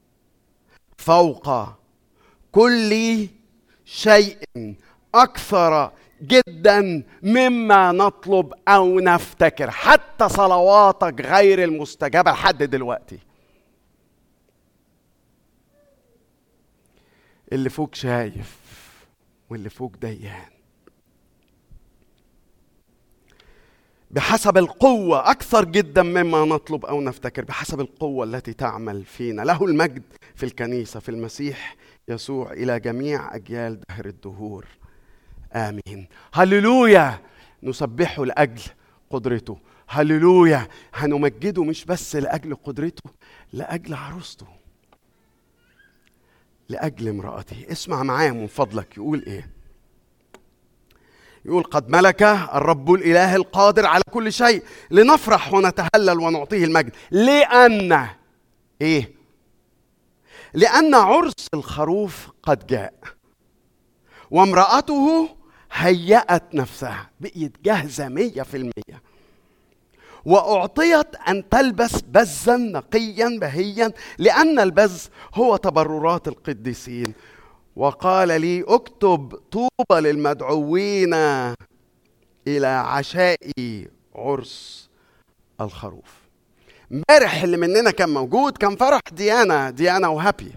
فوق كل شيء أكثر جدا مما نطلب أو نفتكر، حتى صلواتك غير المستجابة لحد دلوقتي. اللي فوق شايف واللي فوق ديان، بحسب القوة أكثر جدا مما نطلب أو نفتكر، بحسب القوة التي تعمل فينا. له المجد في الكنيسة في المسيح يسوع إلى جميع أجيال دهر الدهور، آمين. هللويا، نسبحه لأجل قدرته. هللويا، هنمجده مش بس لأجل قدرته، لأجل عروسته، لأجل امرأته. اسمع معايا من فضلك، يقول إيه؟ يقول قد ملك الرب الإله القادر على كل شيء لنفرح ونتهلل ونعطيه المجد، لأن إيه؟ لأن عرس الخروف قد جاء وامرأته هيأت نفسها، بقيت جاهزة مية في المية. وأعطيت أن تلبس بزا نقيا بهيا، لأن البز هو تبررات القديسين. وقال لي اكتب طوبى للمدعوين إلى عشاء عرس الخروف. امبارح اللي مننا كان موجود كان فرح ديانا ديانا وهابي.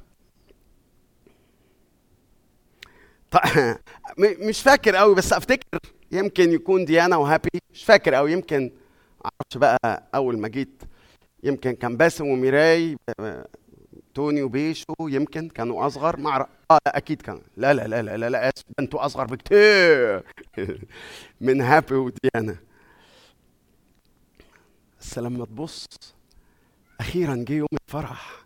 مش فاكر قوي، بس افتكر يمكن يكون ديانا وهابي، مش فاكر قوي، يمكن معرفش بقى. اول ما جيت يمكن كان باسم وميراي، توني وبيشو يمكن كانوا اصغر، ما اعرف. اه اكيد كان، لا لا لا لا لا, لا اسف، انتوا اصغر بكتير من هابي وديانا. بس لما تبص اخيرا جه يوم الفرح،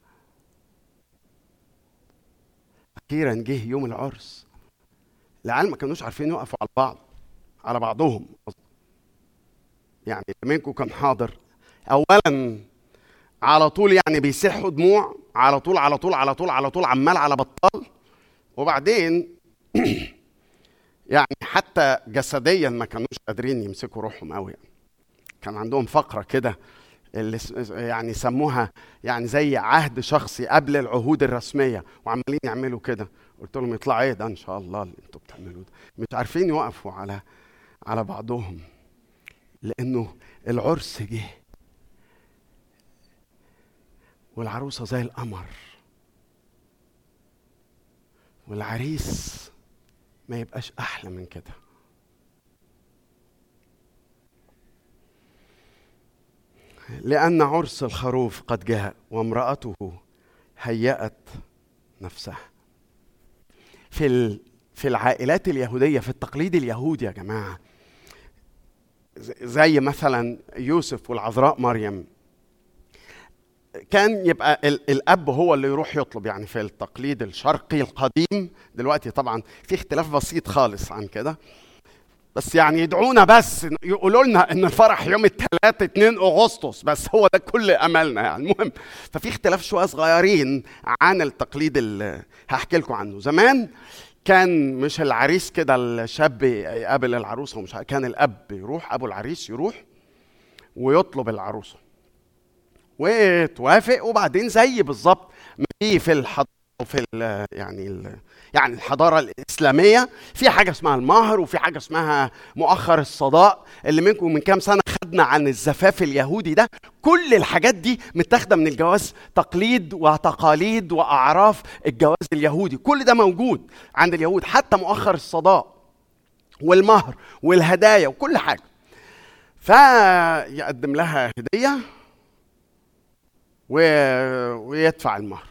اخيرا جه يوم العرس. العيال ما كانوش عارفين يقفوا على بعض على بعضهم. يعني منكم كان حاضر اولا على طول، يعني بيسحوا دموع على طول على طول على طول على طول، عمال على بطال. وبعدين يعني حتى جسديا ما كانوش قادرين يمسكوا روحهم قوي. يعني كان عندهم فقره كده اللي يعني سموها يعني زي عهد شخصي قبل العهود الرسميه، وعمالين يعملوا كده. قلت لهم يطلع ايه ده ان شاء الله اللي انتوا بتعملوه ده؟ مش عارفين يوقفوا على على بعضهم، لانه العرس جه والعروسه زي القمر، والعريس ما يبقاش احلى من كده. لأن عرس الخروف قد جاء وامرأته هيأت نفسها. في في العائلات اليهودية، في التقليد اليهودي يا جماعة، زي مثلا يوسف والعذراء مريم، كان يبقى الأب هو اللي يروح يطلب. يعني في التقليد الشرقي القديم، دلوقتي طبعا في اختلاف بسيط خالص عن كده، بس يعني يدعونا بس يقولوا لنا ان الفرح يوم الثلاث اتنين اغسطس، بس هو ده كل املنا. يعني المهم، ففي اختلاف شويه صغيرين عن التقليد اللي هحكي لكم عنه. زمان كان مش العريس كده الشاب يقابل العروسه، ومش كان الاب يروح، ابو العريس يروح ويطلب العروسه وتوافق، وبعدين زي بالظبط ما في في الحضاره وفي ال يعني ال يعني الحضاره الاسلاميه في حاجه اسمها المهر، وفي حاجه اسمها مؤخر الصداق، اللي منكم من كام سنه خدنا عن الزفاف اليهودي ده. كل الحاجات دي متاخده من الجواز، تقليد وتقاليد واعراف الجواز اليهودي، كل ده موجود عند اليهود، حتى مؤخر الصداق والمهر والهدايا وكل حاجه. فيقدم لها هديه ويدفع المهر.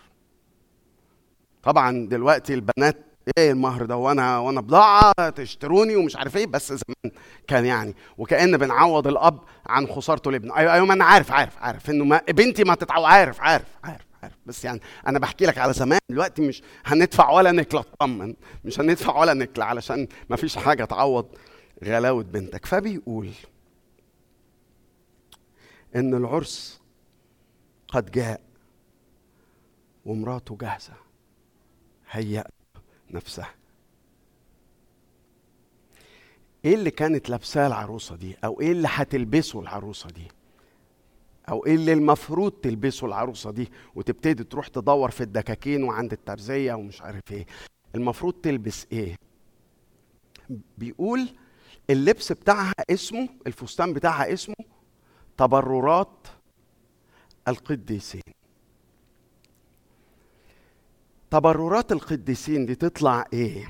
طبعا دلوقتي البنات ايه المهر ده، وانا وانا بضاعه تشتروني ومش عارف ايه، بس زمان كان يعني وكأن بنعوض الاب عن خسارته لابنه. ايوه ايوه، ما انا عارف عارف عارف انه ما بنتي ما تتعوض، عارف عارف عارف عارف بس يعني انا بحكي لك على زمان. دلوقتي مش هندفع ولا نكله، اطمن، مش هندفع ولا نكله علشان ما فيش حاجه تعوض غلاوه بنتك. فبيقول ان العرس قد جاء ومراته جاهزه هيأت نفسها. ايه اللي كانت لابساه العروسه دي، او ايه اللي هتلبسه العروسه دي، او ايه اللي المفروض تلبسه العروسه دي؟ وتبتدي تروح تدور في الدكاكين وعند الترزيه ومش عارف ايه، المفروض تلبس ايه؟ بيقول اللبس بتاعها اسمه، الفستان بتاعها اسمه تبررات القديسين. تبررات القديسين دي تطلع ايه؟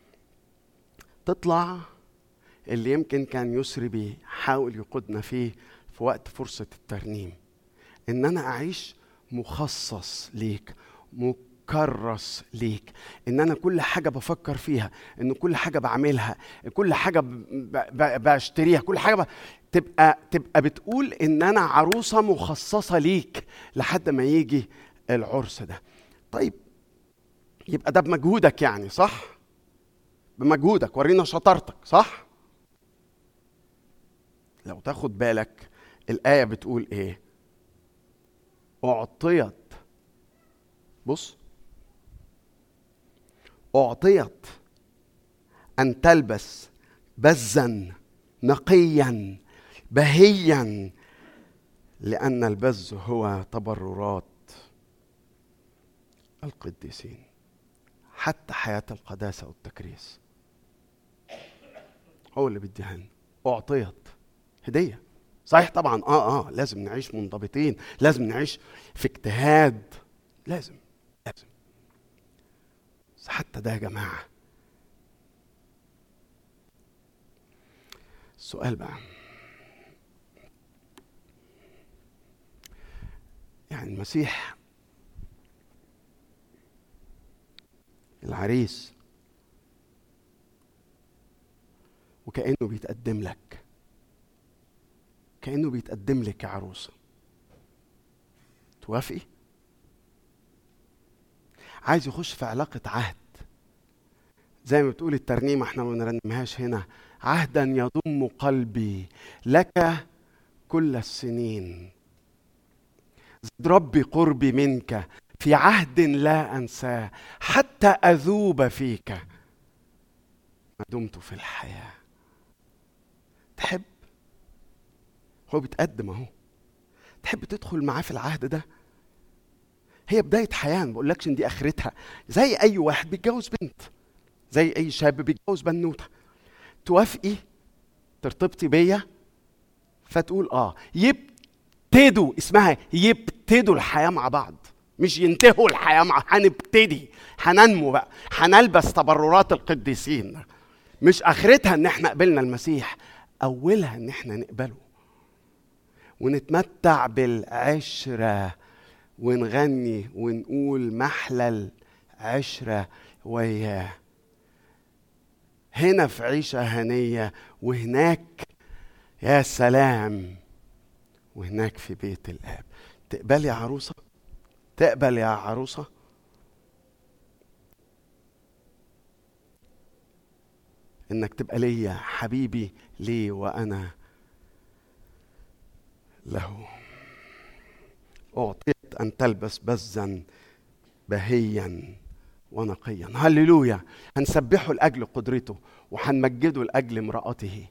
تطلع اللي يمكن كان يسري بيه حاول يقودنا فيه في وقت فرصة الترنيم، ان انا اعيش مخصص ليك، مكرس ليك، ان انا كل حاجة بفكر فيها، ان كل حاجة بعملها، كل حاجة بشتريها، كل حاجة ب... تبقى تبقى بتقول ان انا عروسة مخصصة ليك لحد ما يجي العرس ده. طيب يبقى ده بمجهودك يعني، صح؟ بمجهودك، ورينا شطارتك، صح؟ لو تاخد بالك الآية بتقول ايه؟ أعطيت، بص، أعطيت أن تلبس بزا نقيا بهيا، لأن البز هو تبررات القديسين. حتى حياة القداسة والتكريس هو اللي بيديها لنا، أعطيت هدية. صحيح طبعا اه اه لازم نعيش منضبطين، لازم نعيش في اجتهاد، لازم لازم بس حتى ده يا جماعة. السؤال بقى، يعني المسيح العريس وكأنه بيتقدم لك، كأنه بيتقدم لك يا عروسة، توافقي؟ عايز يخش في علاقة عهد، زي ما بتقول الترنيمة، احنا ما بنرنمهاش هنا، عهدا يضم قلبي لك كل السنين، زد ربي قربي منك في عهد لا أنساه، حتى أذوب فيك ما دمت في الحياة. تحب؟ هو بيتقدم اهو، تحب تدخل معاه في العهد ده؟ هي بداية حياة، ما بقولكش ان دي اخرتها. زي اي واحد بيتجوز بنت، زي اي شاب بيتجوز بنوتة. توافقي ترتبطي بيا فتقول اه، يبتدوا، اسمها يبتدوا الحياة مع بعض، مش ينتهوا الحياة مع، هنبتدي، هننمو بقى، هنلبس تبررات القديسين. مش اخرتها ان احنا قبلنا المسيح، اولها ان احنا نقبله ونتمتع بالعشرة ونغني ونقول محلى العشرة وياه. هنا في عيشة هنية، وهناك يا سلام، وهناك في بيت الآب. تقبل يا عروسة؟ تقبل يا عروسة؟ إنك تبقى ليا حبيبي ليه وأنا له. أعطيت أن تلبس بزا بهيا ونقيا. هللويا. هنسبحه لأجل قدرته، وهنمجده لأجل امرأته،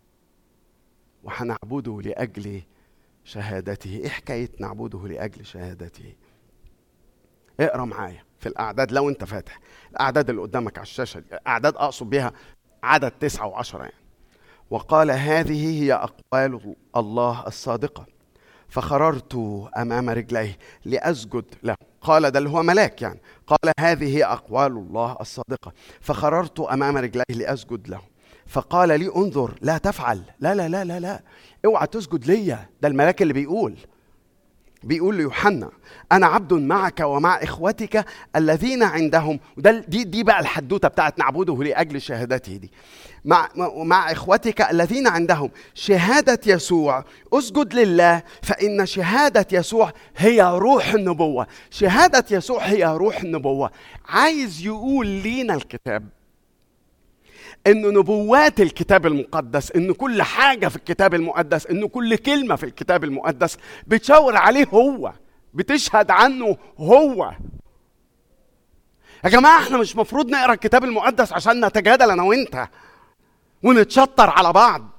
وهنعبده لأجل شهادته. إيه حكاية نعبده لأجل شهادته؟ اقرأ معايا في الأعداد لو أنت فاتح الأعداد اللي قدامك على الشاشة دي. أعداد أقصد بها عدد تسعة وعشرة يعني. وقال هذه هي أقوال الله الصادقة، فخررت أمام رجليه لأسجد له. قال ده اللي هو ملاك يعني. قال هذه هي أقوال الله الصادقة، فخررت أمام رجليه لأسجد له. فقال لي انظر لا تفعل. لا لا لا لا لا، اوعى تسجد ليا. ده الملاك اللي بيقول بيقول ليوحنا أنا عبد معك ومع إخوتك الذين عندهم. وده دي دي بقى الحدوتة بتاعت نعبده لأجل شهادته دي. مع مع إخوتك الذين عندهم شهادة يسوع أسجد لله، فإن شهادة يسوع هي روح النبوة. شهادة يسوع هي روح النبوة. عايز يقول لينا الكتاب إن نبوات الكتاب المقدس، إن كل حاجة في الكتاب المقدس، إن كل كلمة في الكتاب المقدس بتشاور عليه هو، بتشهد عنه هو. يا جماعة احنا مش مفروض نقرأ الكتاب المقدس عشان نتجادل أنا وإنت ونتشطر على بعض.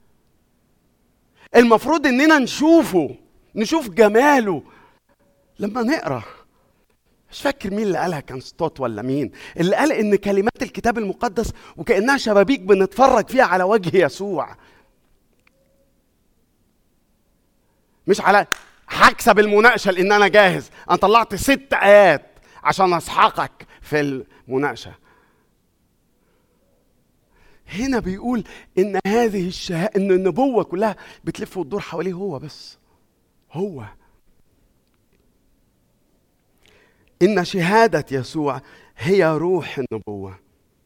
المفروض إننا نشوفه، نشوف جماله لما نقرأ. مش فاكر مين اللي قالها، كان ستوت ولا مين اللي قال ان كلمات الكتاب المقدس وكأنها شبابيك بنتفرج فيها على وجه يسوع. مش على هكسب المناقشة لان انا جاهز، انا طلعت ست ايات عشان اسحقك في المناقشة. هنا بيقول ان هذه الشهادة، ان النبوة كلها بتلف وتدور حواليه هو بس. هو إن شهادة يسوع هي روح النبوة.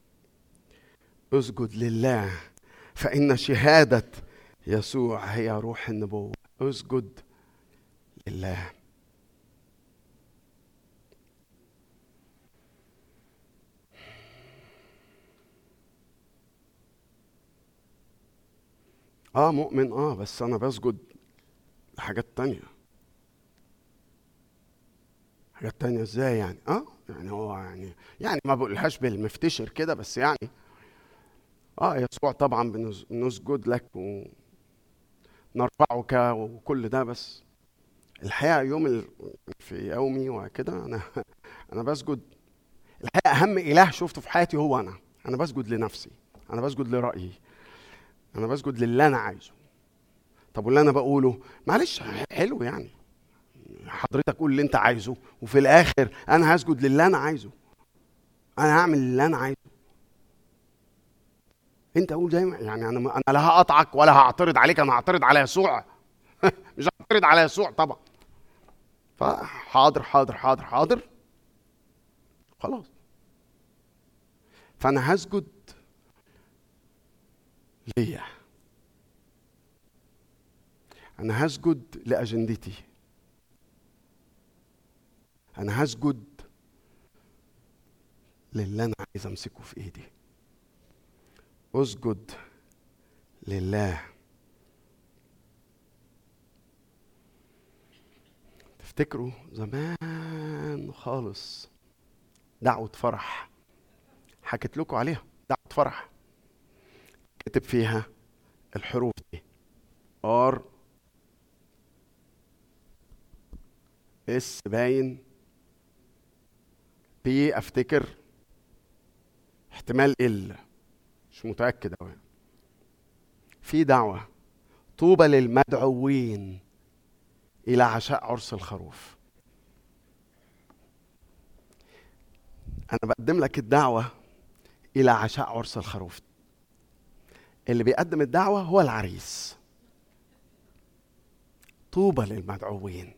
اسجد لله، فإن شهادة يسوع هي روح النبوة. اسجد لله. آه مؤمن، آه بس أنا بسجد لحاجات تانية. حاجات تانية ازاي يعني؟ اه يعني هو يعني يعني ما بقولهاش بالمفتشر كده، بس يعني اه يسوع طبعا بنسجد لك ونرفعك وكل ده، بس الحقيقه يوم ال... في يومي وكده انا انا بسجد. الحقيقه اهم اله شفته في حياتي هو انا. انا بسجد لنفسي، انا بسجد لرايي، انا بسجد للي انا عايزه. طب واللي انا بقوله معلش حلو يعني، حضرتك قول اللي انت عايزه، وفي الاخر انا هسجد للي انا عايزه، انا هعمل اللي انا عايزه. انت قول زي ما يعني، انا انا لا هقطعك ولا هعترض عليك، انا هعترض على يسوع مش هعترض على يسوع طبعا. فحاضر حاضر حاضر حاضر خلاص. فانا هسجد ليا، انا هسجد لاجندتي، انا هسجد للي انا عايز امسكه في ايدي. اسجد لله. تفتكروا زمان خالص دعوة فرح حكيت لكم عليها؟ دعوة فرح كتب فيها الحروف دي ار اس باين بي، افتكر احتمال ال، مش متأكد اوي. في دعوة: طوبى للمدعوين الى عشاء عرس الخروف. انا بقدم لك الدعوة الى عشاء عرس الخروف. اللي بيقدم الدعوة هو العريس. طوبى للمدعوين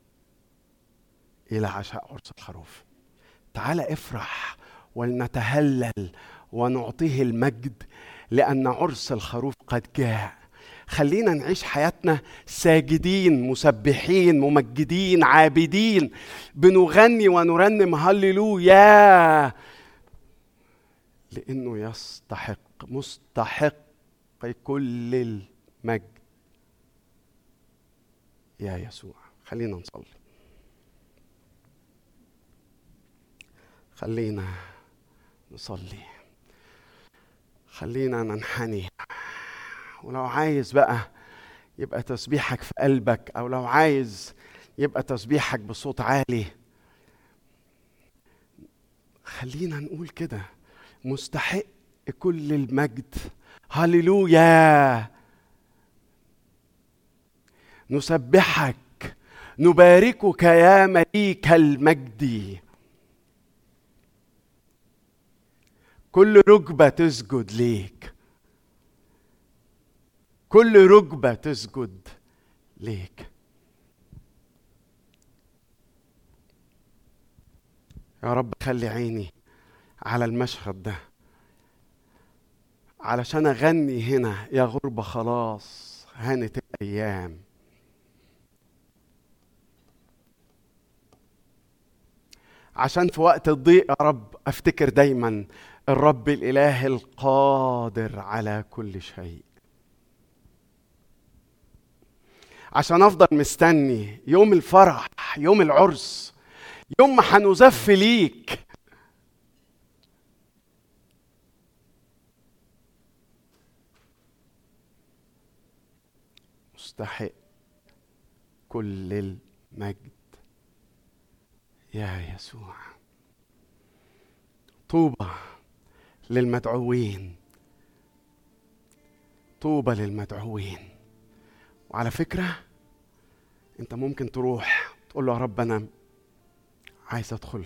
الى عشاء عرس الخروف. تعال افرح ولنتهلل ونعطيه المجد لأن عرس الخروف قد جاء. خلينا نعيش حياتنا ساجدين مسبحين ممجدين عابدين، بنغني ونرنم هللويا، لأنه يستحق، مستحق كل المجد يا يسوع. خلينا نصلي، خلينا نصلي، خلينا ننحني. ولو عايز بقى يبقى تسبيحك في قلبك، او لو عايز يبقى تسبيحك بصوت عالي، خلينا نقول كده: مستحق كل المجد، هللويا. نسبحك نباركك يا مليك المجد. كل ركبة تسجد ليك، كل ركبة تسجد ليك يا رب. خلي عيني على المشهد ده علشان أغني هنا: يا غربة خلاص هانت الأيام. عشان في وقت الضيق يا رب أفتكر دايما الرب الإله القادر على كل شيء. عشان أفضل مستني يوم الفرح، يوم العرس، يوم ما هنزف ليك. مستحق كل المجد يا يسوع. طوبى للمدعوين، طوبى للمدعوين. وعلى فكرة انت ممكن تروح تقول له: يا رب انا عايز ادخل.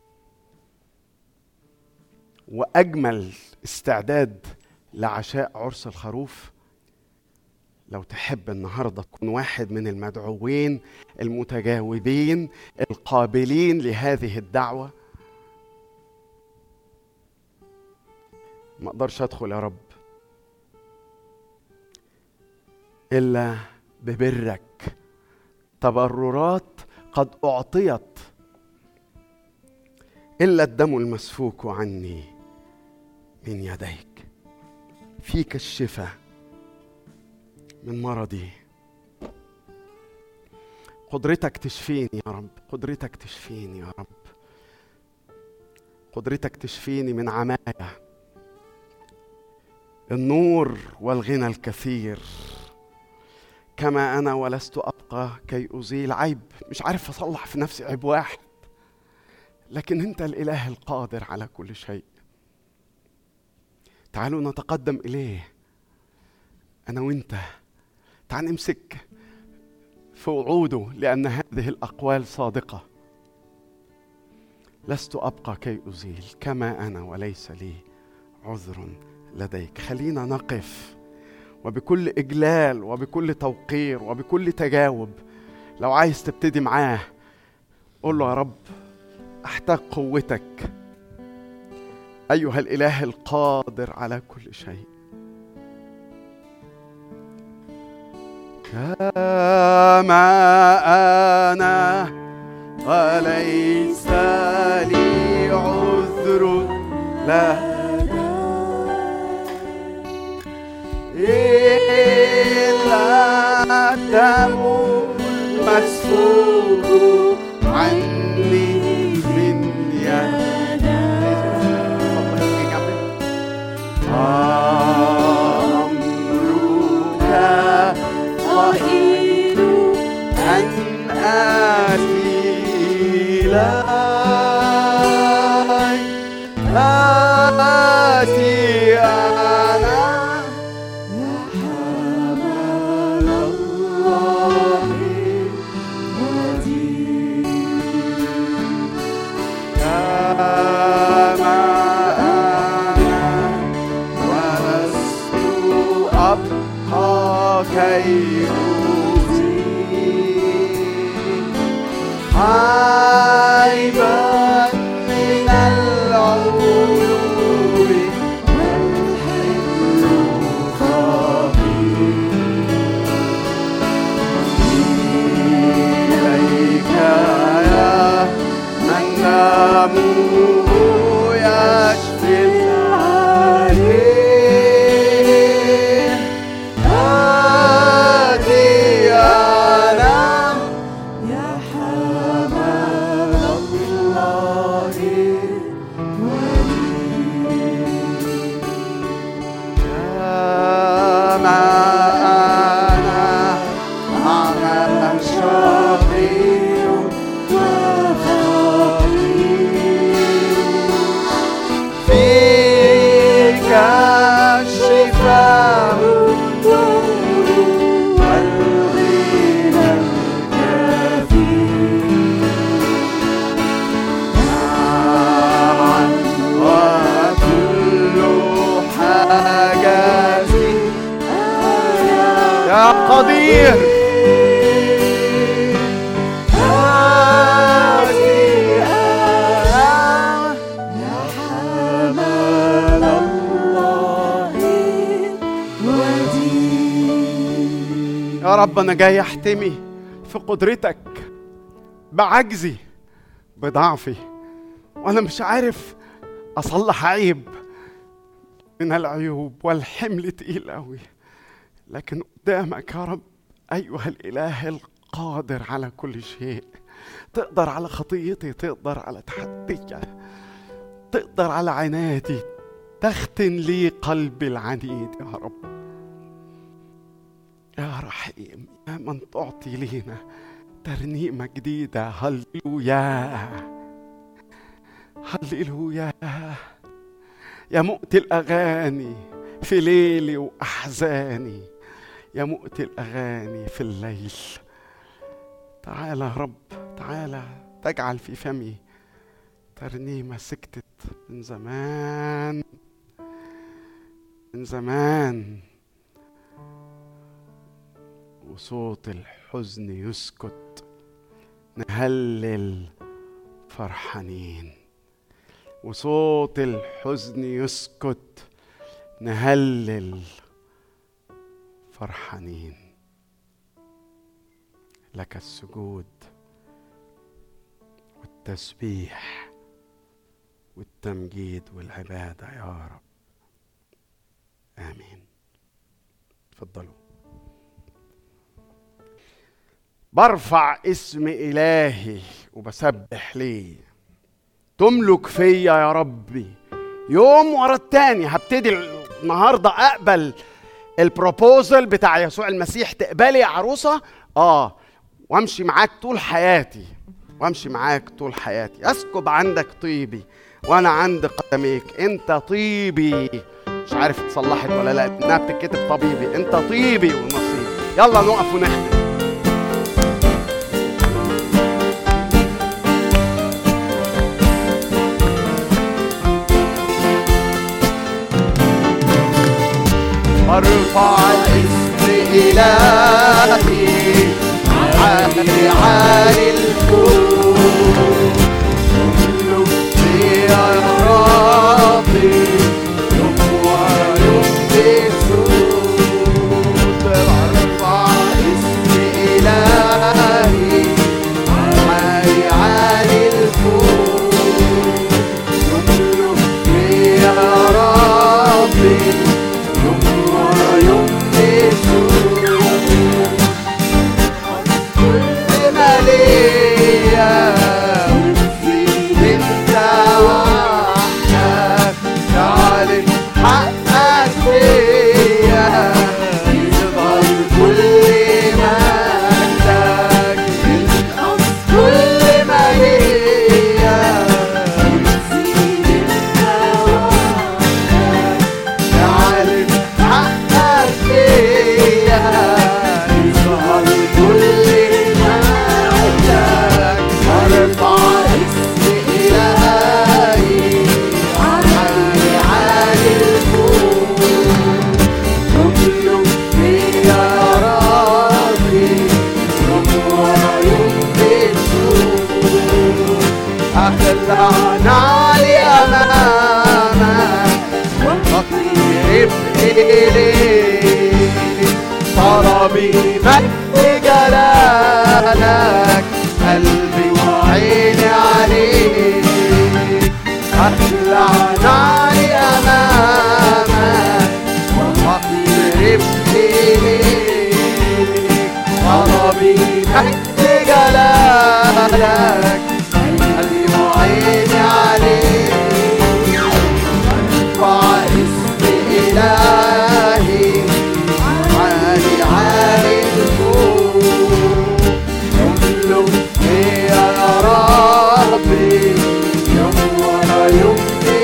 واجمل استعداد لعشاء عرس الخروف لو تحب النهارده تكون واحد من المدعوين المتجاوبين القابلين لهذه الدعوة. ما اقدرش ادخل يا رب الا ببرك، تبررات قد اعطيت، الا الدم المسفوك عني من يديك. فيك الشفاء من مرضي. قدرتك تشفيني يا رب، قدرتك تشفيني يا رب، قدرتك تشفيني من عماية، النور والغنى الكثير. كما أنا ولست أبقى كي أزيل عيب. مش عارف أصلح في نفسي عيب واحد، لكن أنت الإله القادر على كل شيء. تعالوا نتقدم إليه أنا وإنت. تعال نمسك في وعوده، لأن هذه الأقوال صادقة. لست أبقى كي أزيل، كما أنا وليس لي عذر لديك. خلينا نقف وبكل إجلال وبكل توقير وبكل تجاوب. لو عايز تبتدي معاه قول له: يا رب أحتاج قوتك أيها الإله القادر على كل شيء. كما أنا وليس لي عذر لا إلا دم مسفوك عني من يدك. أمرك خير أن آتي إليك، آتي أنا يا حمل الله ودين. كما أنا ولست أبقى كي عيبا من العيوب والحلم خبير. إليك يا من دمه يشفي العليل، آتي أنا يا حمل الله ودين. كما أنا أعمى شقي وفقير، فيك الشفاء والغنى الكثير. معا وكل حاجاتي يا قدير، آتي أنا يا حمل الله ودين. يا رب أنا جاي أحتمي في قدرتك بعجزي بضعفي، وأنا مش عارف أصلح عيب من العيوب، والحمل تقيل قوي. لكن قدامك يا رب أيها الإله القادر على كل شيء. تقدر على خطيتي، تقدر على تحديك، تقدر على عنادي. تختن لي قلبي العنيد يا رب. يا رحيم يا من تعطي لينا ترنيمة جديدة. هللويا هللويا يا مؤتي الأغاني في ليلي وأحزاني، يا مؤتي الأغاني في الليل. تعالى يا رب، تعالى تجعل في فمي ترنيمة سكتت من زمان من زمان، وصوت الحزن يسكت، نهلل فرحانين. وصوت الحزن يسكت، نهلل فرحانين. لك السجود والتسبيح والتمجيد والعبادة يا رب. آمين. تفضلوا. برفع اسم إلهي وبسبح ليه. تملك فيا يا ربي يوم ورا التاني. هبتدي النهارده اقبل البروبوزل بتاع يسوع المسيح، تقبلي يا عروسه؟ اه، وامشي معاك طول حياتي، وامشي معاك طول حياتي. اسكب عندك طيبي وانا عند قدميك. انت طيبي، مش عارف اتصلحت ولا لا، انها بتتكتب طبيبي. انت طيبي ونصيبي. يلا نقف ونختم. ارفع اسم إلهي عالي عالي الفوق، كله فيها يا ربي يوم ويوم بصوت. ارفع اسم إلهي عالي عالي الفوق، كله فيها يا ربي طلبي مجد جلالك، قلبي وعيني عليك. أخلع نعلي أمامك وأقرب إليك. طلبي مجد جلالك، قلبي وعيني عليك. ارفع اسم إلهي عالي عالي الفوق، كله فيها يا ربي يوم ورا يوم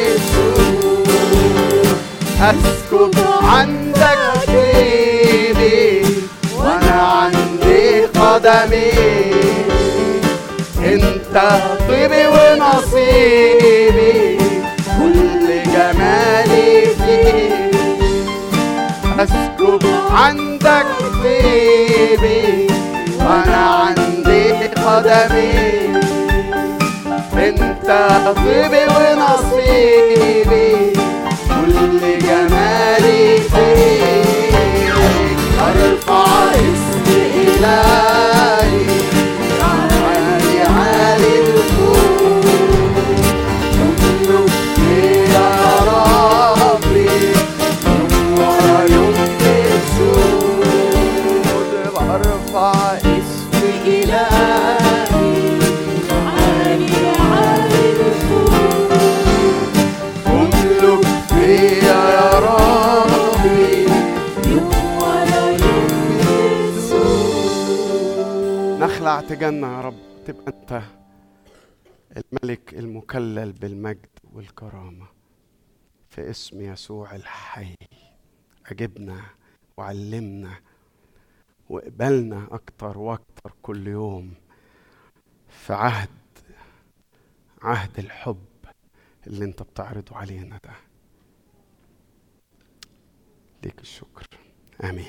بصوت. اسكب عندك طيبي وانا عندي قدمي. انت طيبي ونصيبي، كل جمالي فيك. اسكب عندك طيبي وانا عندي قدمي. انت طيبي ونصيبي، كل جمالي فيك. ارفع اسم إلهي عالي عالي الفوق، كله فيها يا ربي يوم ورا يوم بصوت. ارفع اسم إلهي عالي عالي الفوق، كله فيها يا ربي يوم ورا يوم بصوت. نخلع تجنى يا رب، تبقى انت الملك المكلل بالمجد والكرامة في اسم يسوع الحي. أجبنا وعلمنا وقبلنا أكتر وأكتر كل يوم في عهد عهد الحب اللي انت بتعرضه علينا ده. ليك الشكر. آمين.